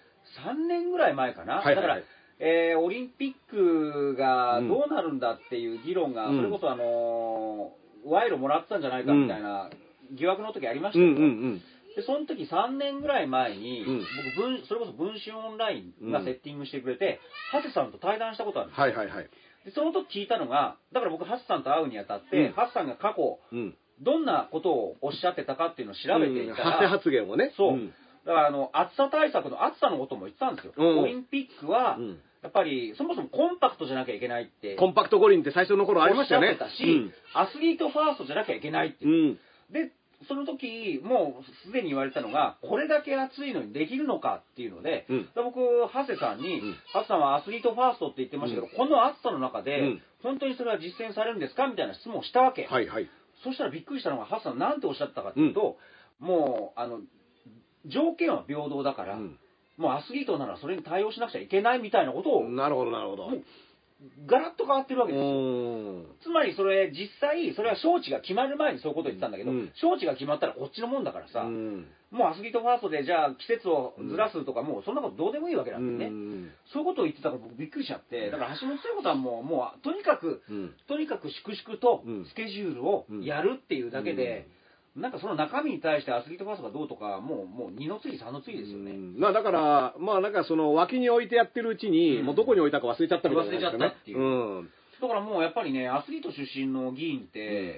3年ぐらい前かな。だから、オリンピックがどうなるんだっていう議論が、それこそ賄賂もらってたんじゃないかみたいな疑惑の時ありましたけど、でその時3年ぐらい前に、僕それこそ文春オンラインがセッティングしてくれて、長谷さんと対談したことあるんですよ。でその時聞いたのが、だから僕、ハスさんと会うにあたって、ハスさんが過去、どんなことをおっしゃってたかっていうのを調べていたら、 ハセ発言をね。 そう。だから暑さ対策の暑さのことも言ってたんですよ。オリンピックは、やっぱりそもそもコンパクトじゃなきゃいけないって。 コンパクト五輪って最初の頃ありましたよね。 おっしゃってたし、アスリートファーストじゃなきゃいけないって。で、その時もうすでに言われたのが、これだけ暑いのにできるのかっていうので、僕、長谷さんに、長谷さんはアスリートファーストって言ってましたけど、この暑さの中で、本当にそれは実践されるんですかみたいな質問をしたわけ。そしたらびっくりしたのが、長谷さんなんておっしゃったかっていうと、もう、条件は平等だから、もうアスリートならそれに対応しなくちゃいけないみたいなことを、 なるほど、なるほど。 ガラッと変わってるわけですよ。つまりそれ実際それは招致が決まる前にそういうことを言ってたんだけど、招致が決まったらこっちのもんだからさ、もうアスリートファーストでじゃあ季節をずらすとか、もうそんなことどうでもいいわけなんでね、そういうことを言ってたから僕びっくりしちゃって、だから橋本聖子さんももうとにかく粛々とスケジュールをやるっていうだけで、なんかその中身に対してアスリートファーストがどうとか、もう2の次3の次ですよね。 だから、なんかその脇に置いてやってるうちに、もうどこに置いたか忘れちゃったみたいな、 忘れちゃったっていう。だからもうやっぱりね、アスリート出身の議員って、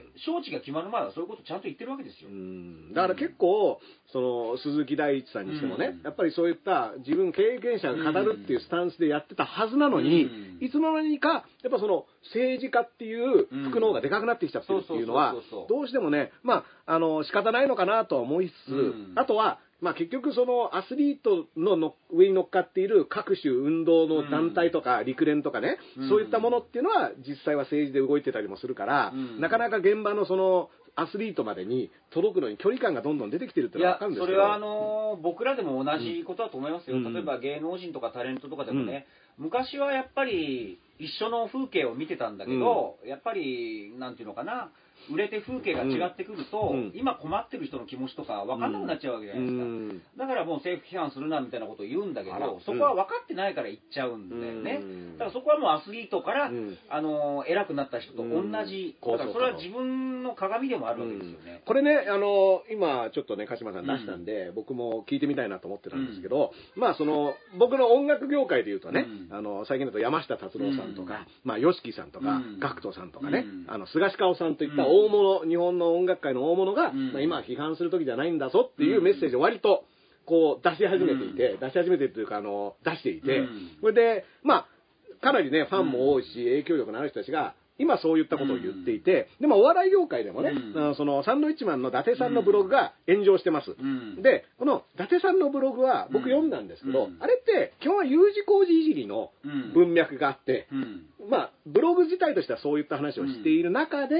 招致が決まる前はそういうことちゃんと言ってるわけですよ。 だから結構、その鈴木大地さんにしてもね、やっぱりそういった自分経験者が語るっていうスタンスでやってたはずなのに、いつの間にか、やっぱその政治家っていう服の方がでかくなってきちゃってるっていうのは、どうしてもね、仕方ないのかなとは思いつつ、あとは、結局そのアスリートの上に乗っかっている各種運動の団体とか陸連とかね、そういったものっていうのは実際は政治で動いてたりもするから、なかなか現場のそのアスリートまでに届くのに距離感がどんどん出てきてるっていうのは分かるんですけど。 それは僕らでも同じことだと思いますよ。例えば芸能人とかタレントとかでもね、昔はやっぱり一緒の風景を見てたんだけど、やっぱりなんていうのかな、売れて風景が違ってくると、今困ってる人の気持ちとか分かんなくなっちゃうわけじゃないですか。だからもう政府批判するなみたいなことを言うんだけど、そこは分かってないから言っちゃうんだよね。だからそこはもうアスリートから、偉くなった人と同じ、だからそれは自分の鏡でもあるわけですよね。 これね、今ちょっとね、鹿島さん出したんで、僕も聞いてみたいなと思ってたんですけど、その僕の音楽業界でいうとね、最近だと山下達郎さんとか、YOSHIKIさんとか、GACKTさんとかね、菅氏香さんといった大物、日本の音楽界の大物が、今は批判する時じゃないんだぞっていうメッセージを割とこう出し始めていて、出していて、それでかなりねファンも多いし影響力のある人たちが今そういったことを言っていて、でもお笑い業界でもね、そのサンドウィッチマンの伊達さんのブログが炎上してます。で、この伊達さんのブログは僕読んだんですけど、あれって基本は U 字工事いじりの文脈があって、ブログ自体としてはそういった話をしている中で、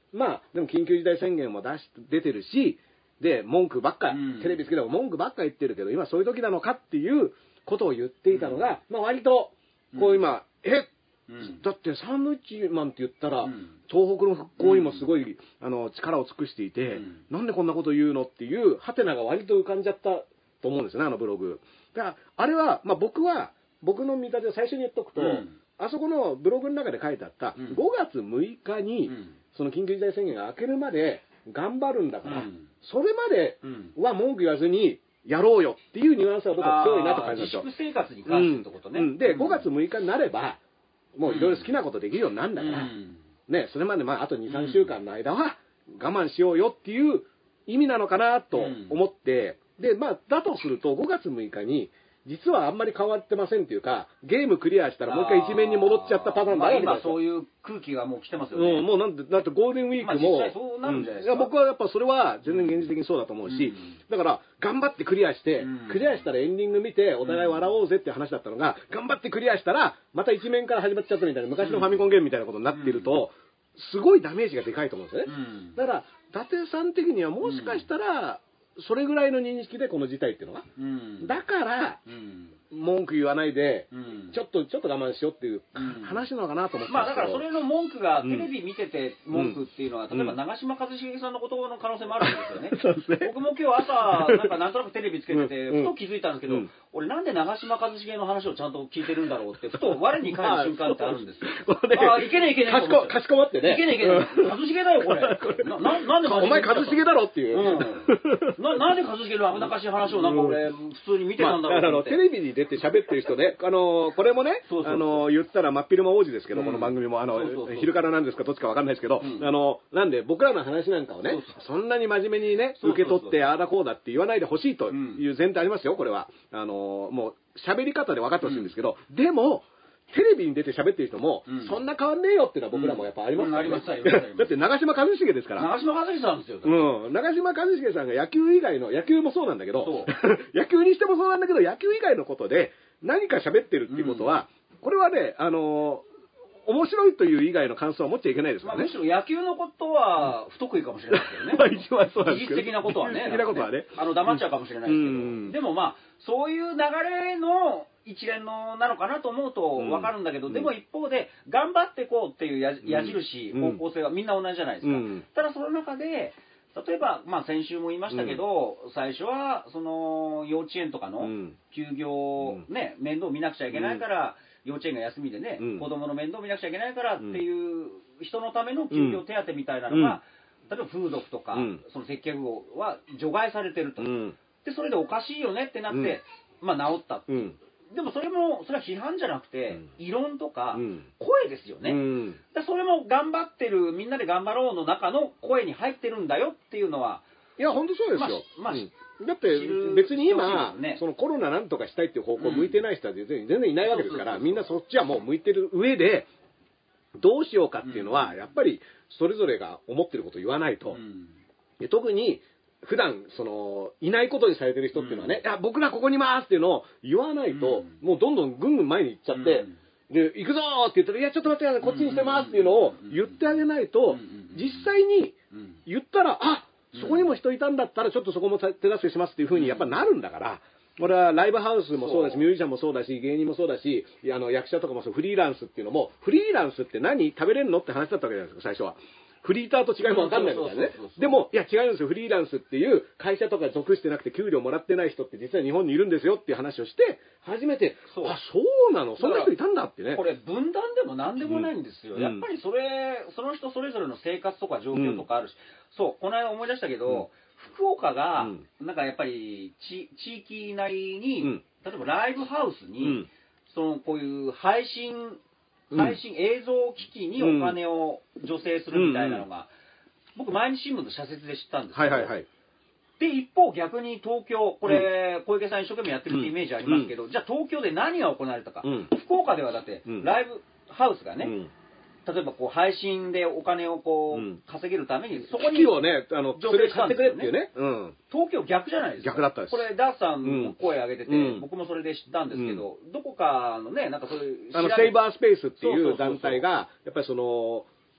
まあ、でも緊急事態宣言も出てるし、で、文句ばっか、テレビつけても文句ばっか言ってるけど、今そういう時なのかっていうことを言っていたのが、まあ割と、こう今、だってサンドイッチマンって言ったら、東北の復興にもすごい、力を尽くしていて、なんでこんなこと言うのっていう、ハテナが割と浮かんじゃったと思うんですよね、ブログ。だから、あれは、まあ僕の見立てを最初に言っとくと、あそこのブログの中で書いてあった、5月6日に、その緊急事態宣言が明けるまで頑張るんだから、それまでは文句言わずにやろうよっていうニュアンスは僕は強いなと感じました。 自粛生活に関してってことね。 で、5月6日になれば、もういろいろ好きなことできるようになるんだから、ね、それまでまああと2、3週間の間は我慢しようよっていう意味なのかなと思って、で、まあ、だとすると5月6日に、実はあんまり変わってませんっていうか、ゲームクリアしたらもう一回一面に戻っちゃったパターンだよね。今そういう空気がもう来てますよね。 もうだってゴールデンウィークも、 実際そうなるんじゃないですか。 僕はやっぱそれは全然現実的にそうだと思うし、だから頑張ってクリアして、クリアしたらエンディング見てお互い笑おうぜって話だったのが、頑張ってクリアしたらまた一面から始まっちゃったみたいな、昔のファミコンゲームみたいなことになっていると、すごいダメージがでかいと思うんですよね。だから伊達さん的にはもしかしたら、それぐらいの認識でこの事態っていうのが、だから、文句言わないで、ちょっと我慢しようっていう話なのかなと思って。 まあだからそれの文句がテレビ見てて文句っていうのは、例えば長嶋一茂さんのことの可能性もあるんですよね。 そうですね。 僕も今日朝なんとなくテレビつけててふと気づいたんですけど、俺なんで長嶋一茂の話をちゃんと聞いてるんだろうってふと我に返る瞬間ってあるんですよ。ああいけねえいけねえ。 かしこまってね。 いけねえいけねえ。一茂だよこれ。なんでお前一茂だろっていう。 なんで一茂の危なっかしい話をなんか俺普通に見てたんだろうって。 テレビに出て喋ってる人ね、これもね、言ったら真っ昼間王子ですけど、この番組も昼からなんですかどっちかわかんないですけど、なんで僕らの話なんかをね、そんなに真面目にね受け取ってああだこうだって言わないでほしいという前提ありますよ。これはもう喋り方で分かってほしいんですけど、でもテレビに出て喋ってる人も、そんな変わんねえよっていうのは僕らもやっぱありますからね。だって長嶋一茂ですから。 長嶋一茂さんですよ。 長嶋一茂さんが野球以外の、野球もそうなんだけど、野球にしてもそうなんだけど、野球以外のことで何か喋ってるっていうことは、これはね、面白いという以外の感想は持っちゃいけないですからね。 むしろ野球のことは不得意かもしれないですよね。 一番そうなんですけど。技術的なことはね。 技術的なことはね。 黙っちゃうかもしれないですけど。でもまあ、そういう流れの一連のなのかなと思うと分かるんだけど、でも一方で、頑張ってこうっていう矢印、方向性はみんな同じじゃないですか。ただその中で、例えば、まあ先週も言いましたけど、最初は、その、幼稚園とかの休業、ね、面倒見なくちゃいけないから、幼稚園が休みでね、子供の面倒見なくちゃいけないからっていう人のための休業手当みたいなのが、例えば風俗とか、その接客業は除外されてると。で、それでおかしいよねってなって、まあ治った。でもそれは批判じゃなくて、異論とか、声ですよね。それも頑張ってる、みんなで頑張ろうの中の声に入ってるんだよっていうのは。 いや、本当そうですよ。だって別に今、そのコロナなんとかしたいっていう方向向いてない人は全然いないわけですから、みんなそっちはもう向いてる上で、どうしようかっていうのは、やっぱりそれぞれが思ってることを言わないと。特に、普段いないことにされてる人っていうのはね、いや僕らここにいますっていうのを言わないと、もうどんどんぐんぐん前に行っちゃって、で行くぞーって言ったら、いやちょっと待ってこっちにしてますっていうのを言ってあげないと、実際に言ったら、あ、そこにも人いたんだったらちょっとそこも手助けしますっていう風にやっぱなるんだから。これはライブハウスもそうだし、ミュージシャンもそうだし、芸人もそうだし、役者とかもそう、フリーランスっていうのも、フリーランスって何食べれるのって話だったわけじゃないですか、最初は。フリーターと違いも分かんないみたいなね。でも、いや違うんですよ。フリーランスっていう会社とか属してなくて給料もらってない人って実は日本にいるんですよっていう話をして、初めて、あ、そうなの、そんな人いたんだってね。 これ分断でも何でもないんですよ。やっぱりその人それぞれの生活とか状況とかあるし、そう、この間思い出したけど、福岡が、なんかやっぱり地域なりに、例えばライブハウスに、こういう配信映像機器にお金を助成するみたいなのが、僕毎日新聞の社説で知ったんですけど、で一方逆に東京、これ小池さん一生懸命やってるってイメージありますけど、じゃあ東京で何が行われたか、福岡ではだってライブハウスがね、例えばこう配信でお金をこう稼げるためにそこに機器をね助成してくれっていうね。 東京逆じゃないですか。 逆だったです。 これダースさんも声上げてて、僕もそれで知ったんですけど、どこかのねなんかそういうセイバースペースっていう団体がやっぱり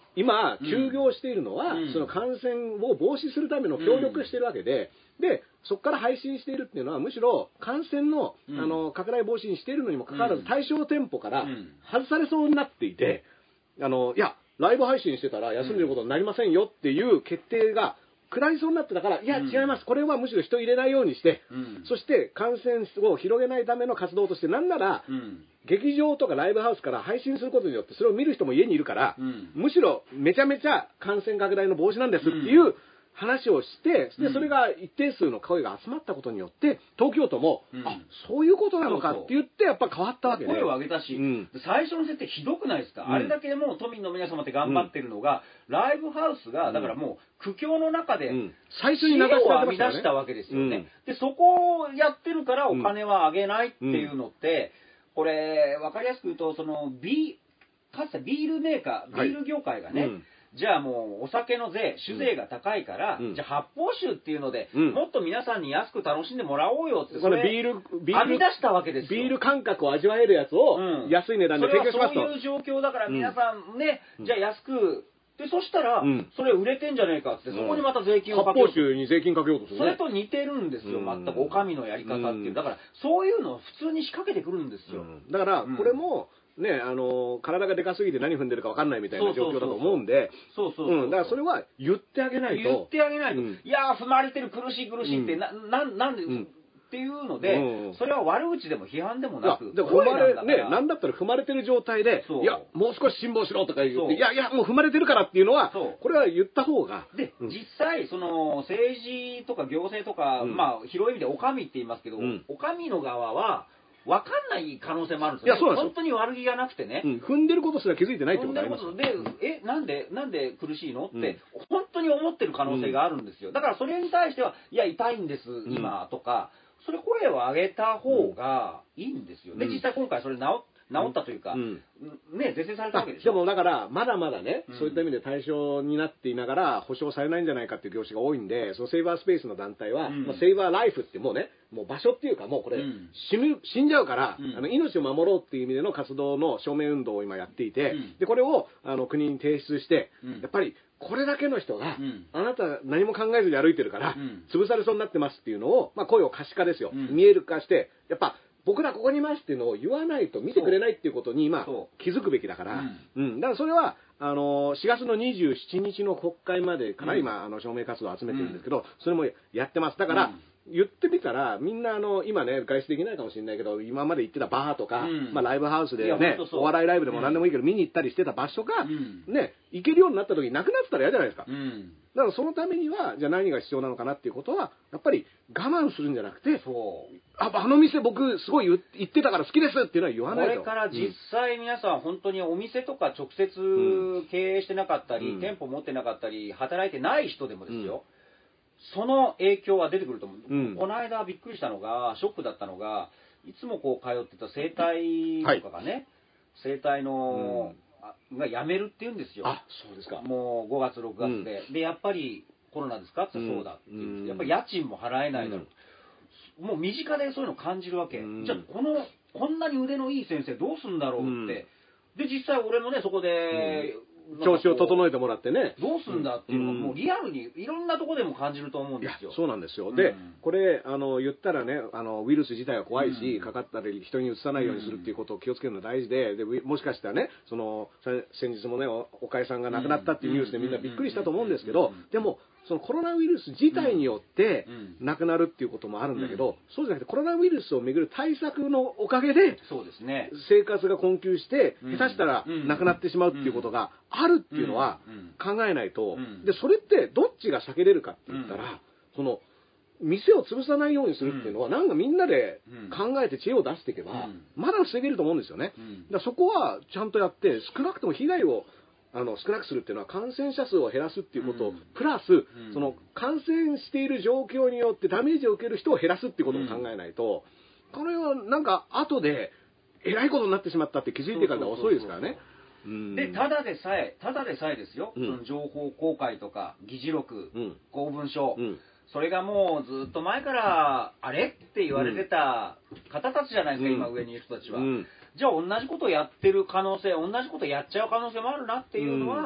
今、休業しているのは、その感染を防止するための協力しているわけで、で、そこから配信しているっていうのは、むしろ感染の、拡大防止にしているのにもかかわらず、対象店舗から外されそうになっていて、いや、ライブ配信してたら休んでることになりませんよっていう決定が下りそうになってたから、いや、違います。これはむしろ人入れないようにして、そして感染を広げないための活動として、なんなら、劇場とかライブハウスから配信することによって、それを見る人も家にいるから、むしろめちゃめちゃ感染拡大の防止なんですっていう話をして、で、それが一定数の声が集まったことによって、東京都も、あ、そういうことなのかって言って、やっぱ変わったわけで。 声を上げたし、最初の設定ひどくないですか、あれだけもう都民の皆様って頑張ってるのが、ライブハウスが、だからもう苦境の中で、 最初に流したわけですよね。で、そこをやってるからお金は上げないっていうのって、これ、わかりやすく言うと、その、かつてビールメーカー、ビール業界がね、じゃあもうお酒の税、酒税が高いから、じゃあ発泡酒っていうので、もっと皆さんに安く楽しんでもらおうよって、それ編み出したわけですよ。 ビール感覚を味わえるやつを安い値段で提供しますと。 そういう状況だから皆さんね、じゃあ安く、で、そしたら、それ売れてんじゃねえかって、そこにまた税金をかけようと。 発泡酒に税金かけようとするね。 それと似てるんですよ、全く。お上のやり方っていう。だから、そういうのを普通に仕掛けてくるんですよ。 だから、これも、ね、体がでかすぎて何踏んでるか分かんないみたいな状況だと思うんで、だからそれは言ってあげないと。 言ってあげないと。いやー、踏まれてる、苦しい苦しいって、なんで、っていうので、それは悪口でも批判でもなく、 なんだったら踏まれてる状態で、いや、もう少し辛抱しろとか言って、いやいや、もう踏まれてるからっていうのは、これは言った方が。 で、実際、その、政治とか行政とか、まあ、広い意味でお上って言いますけど、お上の側は、分かんない可能性もあるんですよ。いや、そうなんですよ。本当に悪気がなくてね。 踏んでることすら気づいてないってことありますよ。 で、なんで苦しいのって、本当に思ってる可能性があるんですよ。だからそれに対しては、いや、痛いんです、今、とか、それ声を上げた方がいいんですよ。で、実際今回それ治ったというか、ね、是正されたわけでしょ。 でもだから、まだまだね、そういった意味で対象になっていながら、保証されないんじゃないかっていう業種が多いんで、そのセイバースペースの団体は、セイバーライフってもうね、もう場所っていうか、もうこれ、死んじゃうから、命を守ろうっていう意味での活動の署名運動を今やっていて、で、これを国に提出して、やっぱり、これだけの人が、あなた何も考えずに歩いてるから、潰されそうになってますっていうのを、まあ声を可視化ですよ。見える化して、やっぱ、僕らここにいますっていうのを言わないと見てくれないっていうことに今気づくべきだから、だからそれは4月の27日の国会までから今署名活動を集めてるんですけど、それもやってます。だから言ってみたらみんな今ね外出できないかもしれないけど、今まで行ってたバーとか、まあライブハウスでね、お笑いライブでも何でもいいけど見に行ったりしてた場所がね行けるようになった時になくなってたら嫌じゃないですか。だからそのためにはじゃあ何が必要なのかなっていうことはやっぱり我慢するんじゃなくて、あの店僕すごい行ってたから好きですっていうのは言わないと。 これから実際皆さん本当にお店とか直接経営してなかったり、店舗持ってなかったり働いてない人でもですよ、その影響は出てくると思う。この間びっくりしたのが、ショックだったのが、いつもこう通ってた整体とかがね、整体のが辞めるって言うんですよ。 あ、そうですか。 もう5月6月で、でやっぱりコロナですかってそうだって言うんです。やっぱり家賃も払えないだろう。もう身近でそういうの感じるわけ。じゃあこんなに腕のいい先生どうすんだろうって。で実際俺もねそこで。 調子を整えてもらってね、 どうすんだっていうのがもうリアルにいろんなところでも感じると思うんですよ。 そうなんですよ。でこれ言ったらねウイルス自体は怖いし、かかったり人にうつさないようにするっていうことを気をつけるのが大事で、もしかしたらね先日もね岡井さんが亡くなったっていうニュースでみんなびっくりしたと思うんですけど、でもそのコロナウイルス自体によって亡くなるっていうこともあるんだけど、そうじゃなくてコロナウイルスをめぐる対策のおかげで生活が困窮して下手したら亡くなってしまうっていうことがあるっていうのは考えないと。でそれってどっちが避けれるかって言ったら、その店を潰さないようにするっていうのはなんかみんなで考えて知恵を出していけばまだ防げると思うんですよね。だからそこはちゃんとやって少なくとも被害を少なくするっていうのは感染者数を減らすっていうこと、プラスその感染している状況によってダメージを受ける人を減らすっていうことを考えないと、これはなんか後でえらいことになってしまったって気づいてから遅いですからね。 でただでさえですよ、その情報公開とか議事録、公文書、それがもうずっと前からあれって言われてた方たちじゃないですか、今上にいる人たちは。じゃあ同じことをやってる可能性、同じことをやっちゃう可能性もあるなっていうのは、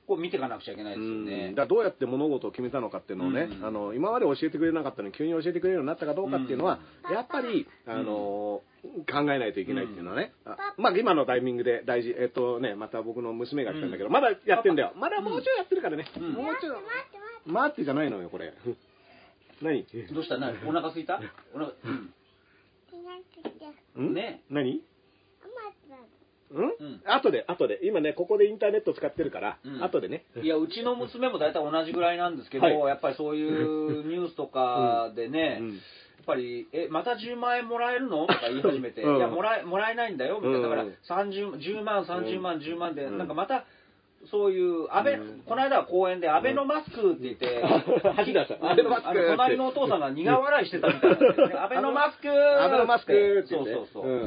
こう見ていかなくちゃいけないですよね。 だからどうやって物事を決めたのかっていうのをね、今まで教えてくれなかったのに急に教えてくれるようになったかどうかっていうのは、やっぱり、考えないといけないっていうのはね。まあ今のタイミングで大事。また僕の娘が来たんだけど、まだやってんだよ。まだもうちょいやってるからね。もうちょい。待ってじゃないのよ、これ。何どうした？お腹空いた？ ね。何？後で。今ね、ここでインターネット使ってるから、後でね。 いや、うちの娘も大体同じぐらいなんですけど、やっぱりそういうニュースとかでね、やっぱり、また10万円もらえるのとか言い始めて、いや、もらえないんだよ、みたいな。だから、10万、30万、10万で、なんかまた、そういう、この間は公園で、アベノマスクって言って、隣のお父さんが苦笑いしてたみたいなんですね。アベノマスクアベノマスクそう。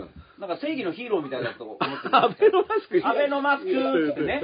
なんか正義のヒーローみたいだと思ってアベノマスクアベノマスクってね。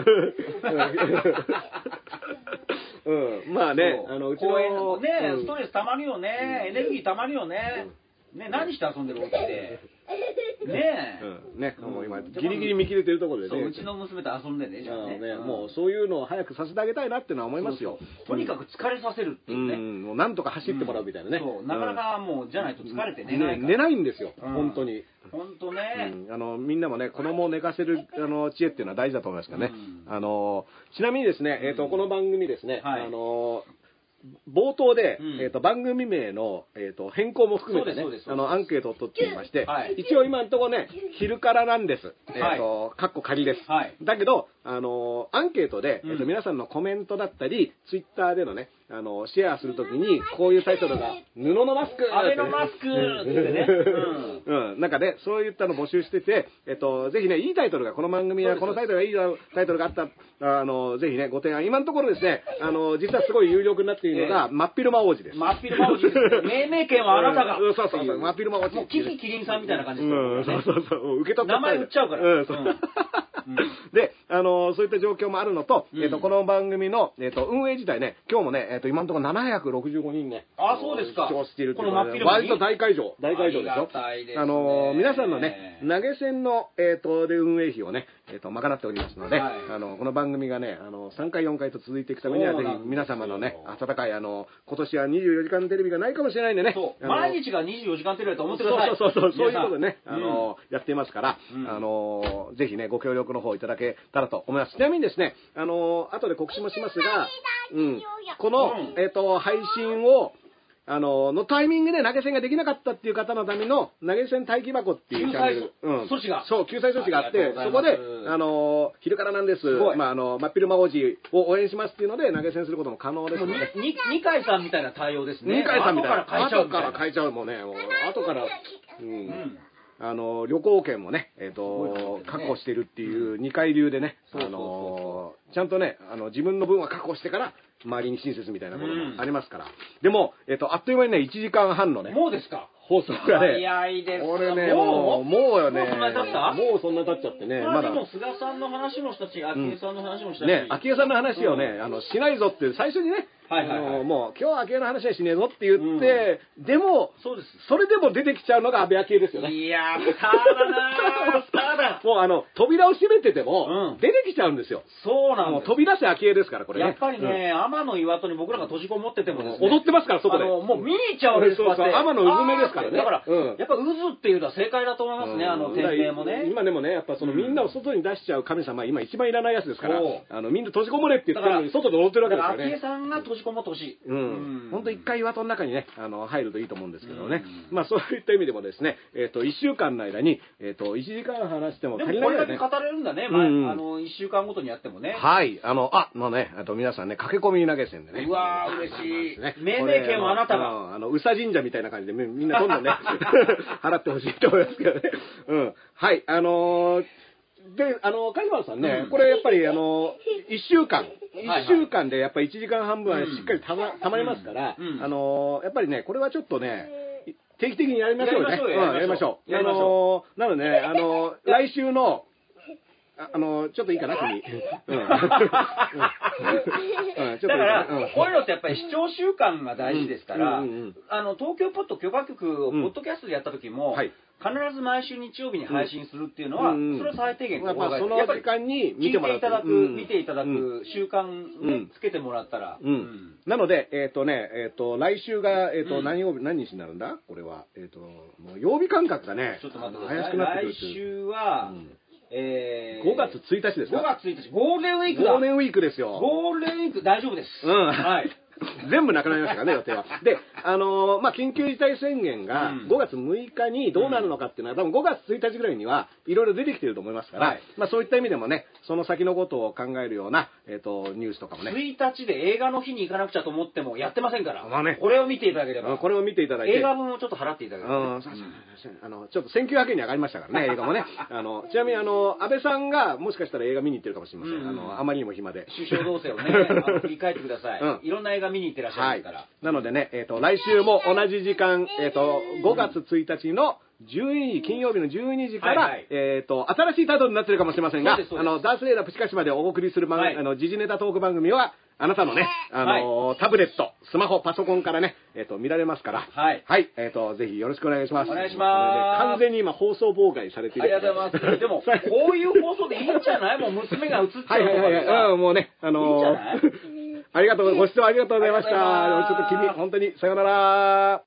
まあね、うちのね、ストレス溜まるよね、エネルギー溜まるよね。ね、何して遊んでるお家で。ねえ。ね、もう今、ギリギリ見切れてるところでね。 そう、うちの娘と遊んでね、じゃあね。 もうそういうのを早くさせてあげたいなっていうのは思いますよ。 とにかく疲れさせるっていうね。 もうなんとか走ってもらうみたいなね。 そう、なかなかもう、じゃないと疲れて寝ないから。 寝ないんですよ、本当に。 本当ね。 みんなもね、子供を寝かせる知恵っていうのは大事だと思いますからね。ちなみにですね、この番組ですね、冒頭で、番組名の、変更も含めてね、アンケートを取ってみまして、一応今のところね、昼からなんです。かっこ仮です。だけど、アンケートで、皆さんのコメントだったり、ツイッターでのね、シェアするときに、こういうタイトルが、布のマスクアベノマスクってね。 なんかね、そういったの募集してて、ぜひね、いいタイトルが、この番組はこのタイトルがいいタイトルがあった、ぜひね、ご提案。今のところですね、実はすごい有力になっているのが、真っ昼間王子です。 真っ昼間王子です。命名権はあなたが。 そう、真っ昼間王子。 もう、キキキリンさんみたいな感じですそう、受け取っちゃった。 名前売っちゃうから。 で、そういった状況もあるのと、この番組の、運営自体ね、今日もね、今のところ765人ね。 あ、そうですか。 視聴しているっていうのは、割と大会場でしょ。皆さんのね、投げ銭の、で運営費をね、賄っておりますので、この番組がね、3回4回と続いていくためには、ぜひ皆様のね、温かい、今年は24時間テレビがないかもしれないんでね。 毎日が24時間テレビだと思ってください。 そういうことでね、やっていますから、ぜひね、ご協力の方いただけたらと思います。ちなみにですね、後で告知もしますが、この、配信を、のタイミングで投げ銭ができなかったっていう方のための投げ銭待機箱っていうチャンネル。 措置が。 そう、救済措置があって、そこで、昼からなんです。真っ昼間王子を応援しますっていうので投げ銭することも可能ですので。 二階さんみたいな対応ですね。 二階さんみたいな。 後から変えちゃうもんね。後から、旅行券もね、確保してるっていう二階流でね、ちゃんとね、自分の分は確保してから、周りに親切みたいなこともありますから。でも、あっという間にね、1時間半のね。 もうですか放送がね。 早いです。 俺ね、もうよね。もうそんな経っちゃってね。 まだ。でも、菅さんの話もしたし、昭恵さんの話もしたし。 ね、昭恵さんの話をね、しないぞって最初にね、もう今日は昭恵の話はしねえぞって言って、でも、それでも出てきちゃうのが安倍昭恵ですよね。 いやー、スターだなー、スターだ。 もう扉を閉めてても、出てきちゃうんですよ。 そうなんです。 飛び出せ昭恵ですから、これね。 やっぱりね、天の岩戸に僕らが閉じこもっててもですね。 踊ってますから、そこで。 もう見に行っちゃうわけですよ。 天のうずめですからね。 だから、やっぱ渦っていうのは正解だと思いますね、店名もね。 今でもね、やっぱみんなを外に出しちゃう神様、今一番いらないやつですから、みんな閉じこもれって言ってるのに外で踊ってるわけですからね。 昭恵さんが閉じこもってほしい。 本当一回岩戸の中にね、入るといいと思うんですけどね。まあそういった意味でもですね、1週間の間に、1時間話しても足りないよね。 でもこれだけ語れるんだね、1週間ごとにやってもね。 はい。皆さんね、駆け込み投げ銭でね。 うわー、嬉しい。命名権はあなたが。 宇佐神社みたいな感じで、みんなどんどんね、払ってほしいと思いますけどね。はい。で、カジマさんね、これやっぱり1週間でやっぱり1時間半分はしっかりたまりますから、やっぱりね、これはちょっとね、定期的にやりましょうね。やりましょう。なのでね、来週の、 ちょっといいかな、君。 だから、こういうのってやっぱり視聴習慣が大事ですから、東京ポッド許可局をポッドキャストでやった時も、必ず毎週日曜日に配信するっていうのは、それは最低限その時間に見ていただく習慣ね、つけてもらったら。 なので、来週が、何日になるんだこれは。もう曜日感覚がね、 ちょっと待ってください。 怪しくなってくる。 来週は、 5月1日ですか？ 5月1日。ゴールデンウィークだ。 ゴールデンウィークですよ。 ゴールデンウィーク大丈夫です。はい。 全部なくなりましたからね、予定は。で、緊急事態宣言が5月6日にどうなるのかっていうのは、多分5月1日ぐらいにはいろいろ出てきてると思いますから、そういった意味でもね、その先のことを考えるような、ニュースとかもね。 1日で映画の日に行かなくちゃと思ってもやってませんから。これを見ていただければ。 これを見ていただいて。 映画分をちょっと払っていただければ。 ちょっと1900円に上がりましたからね、映画もね。ちなみに安倍さんがもしかしたら映画見に行ってるかもしれません。あまりにも暇で。 首相動静をね、振り返ってください。いろんな映画見に行ってらっしゃるから。 なのでね、来週も同じ時間、5月1日の12時、金曜日の12時から、新しいタイトルになってるかもしれませんが、ダースレーダープチカシまでお送りする時事ネタトーク番組は、あなたのね、タブレット、スマホ、パソコンからね、見られますから、ぜひよろしくお願いします。 お願いします。 完全に今放送妨害されている。 ありがとうございます。でも、こういう放送でいいんじゃない？もう娘が映っちゃうとかでさ。 もうね、いいんじゃない？ご視聴ありがとうございました。ちょっと君、本当に、さよなら。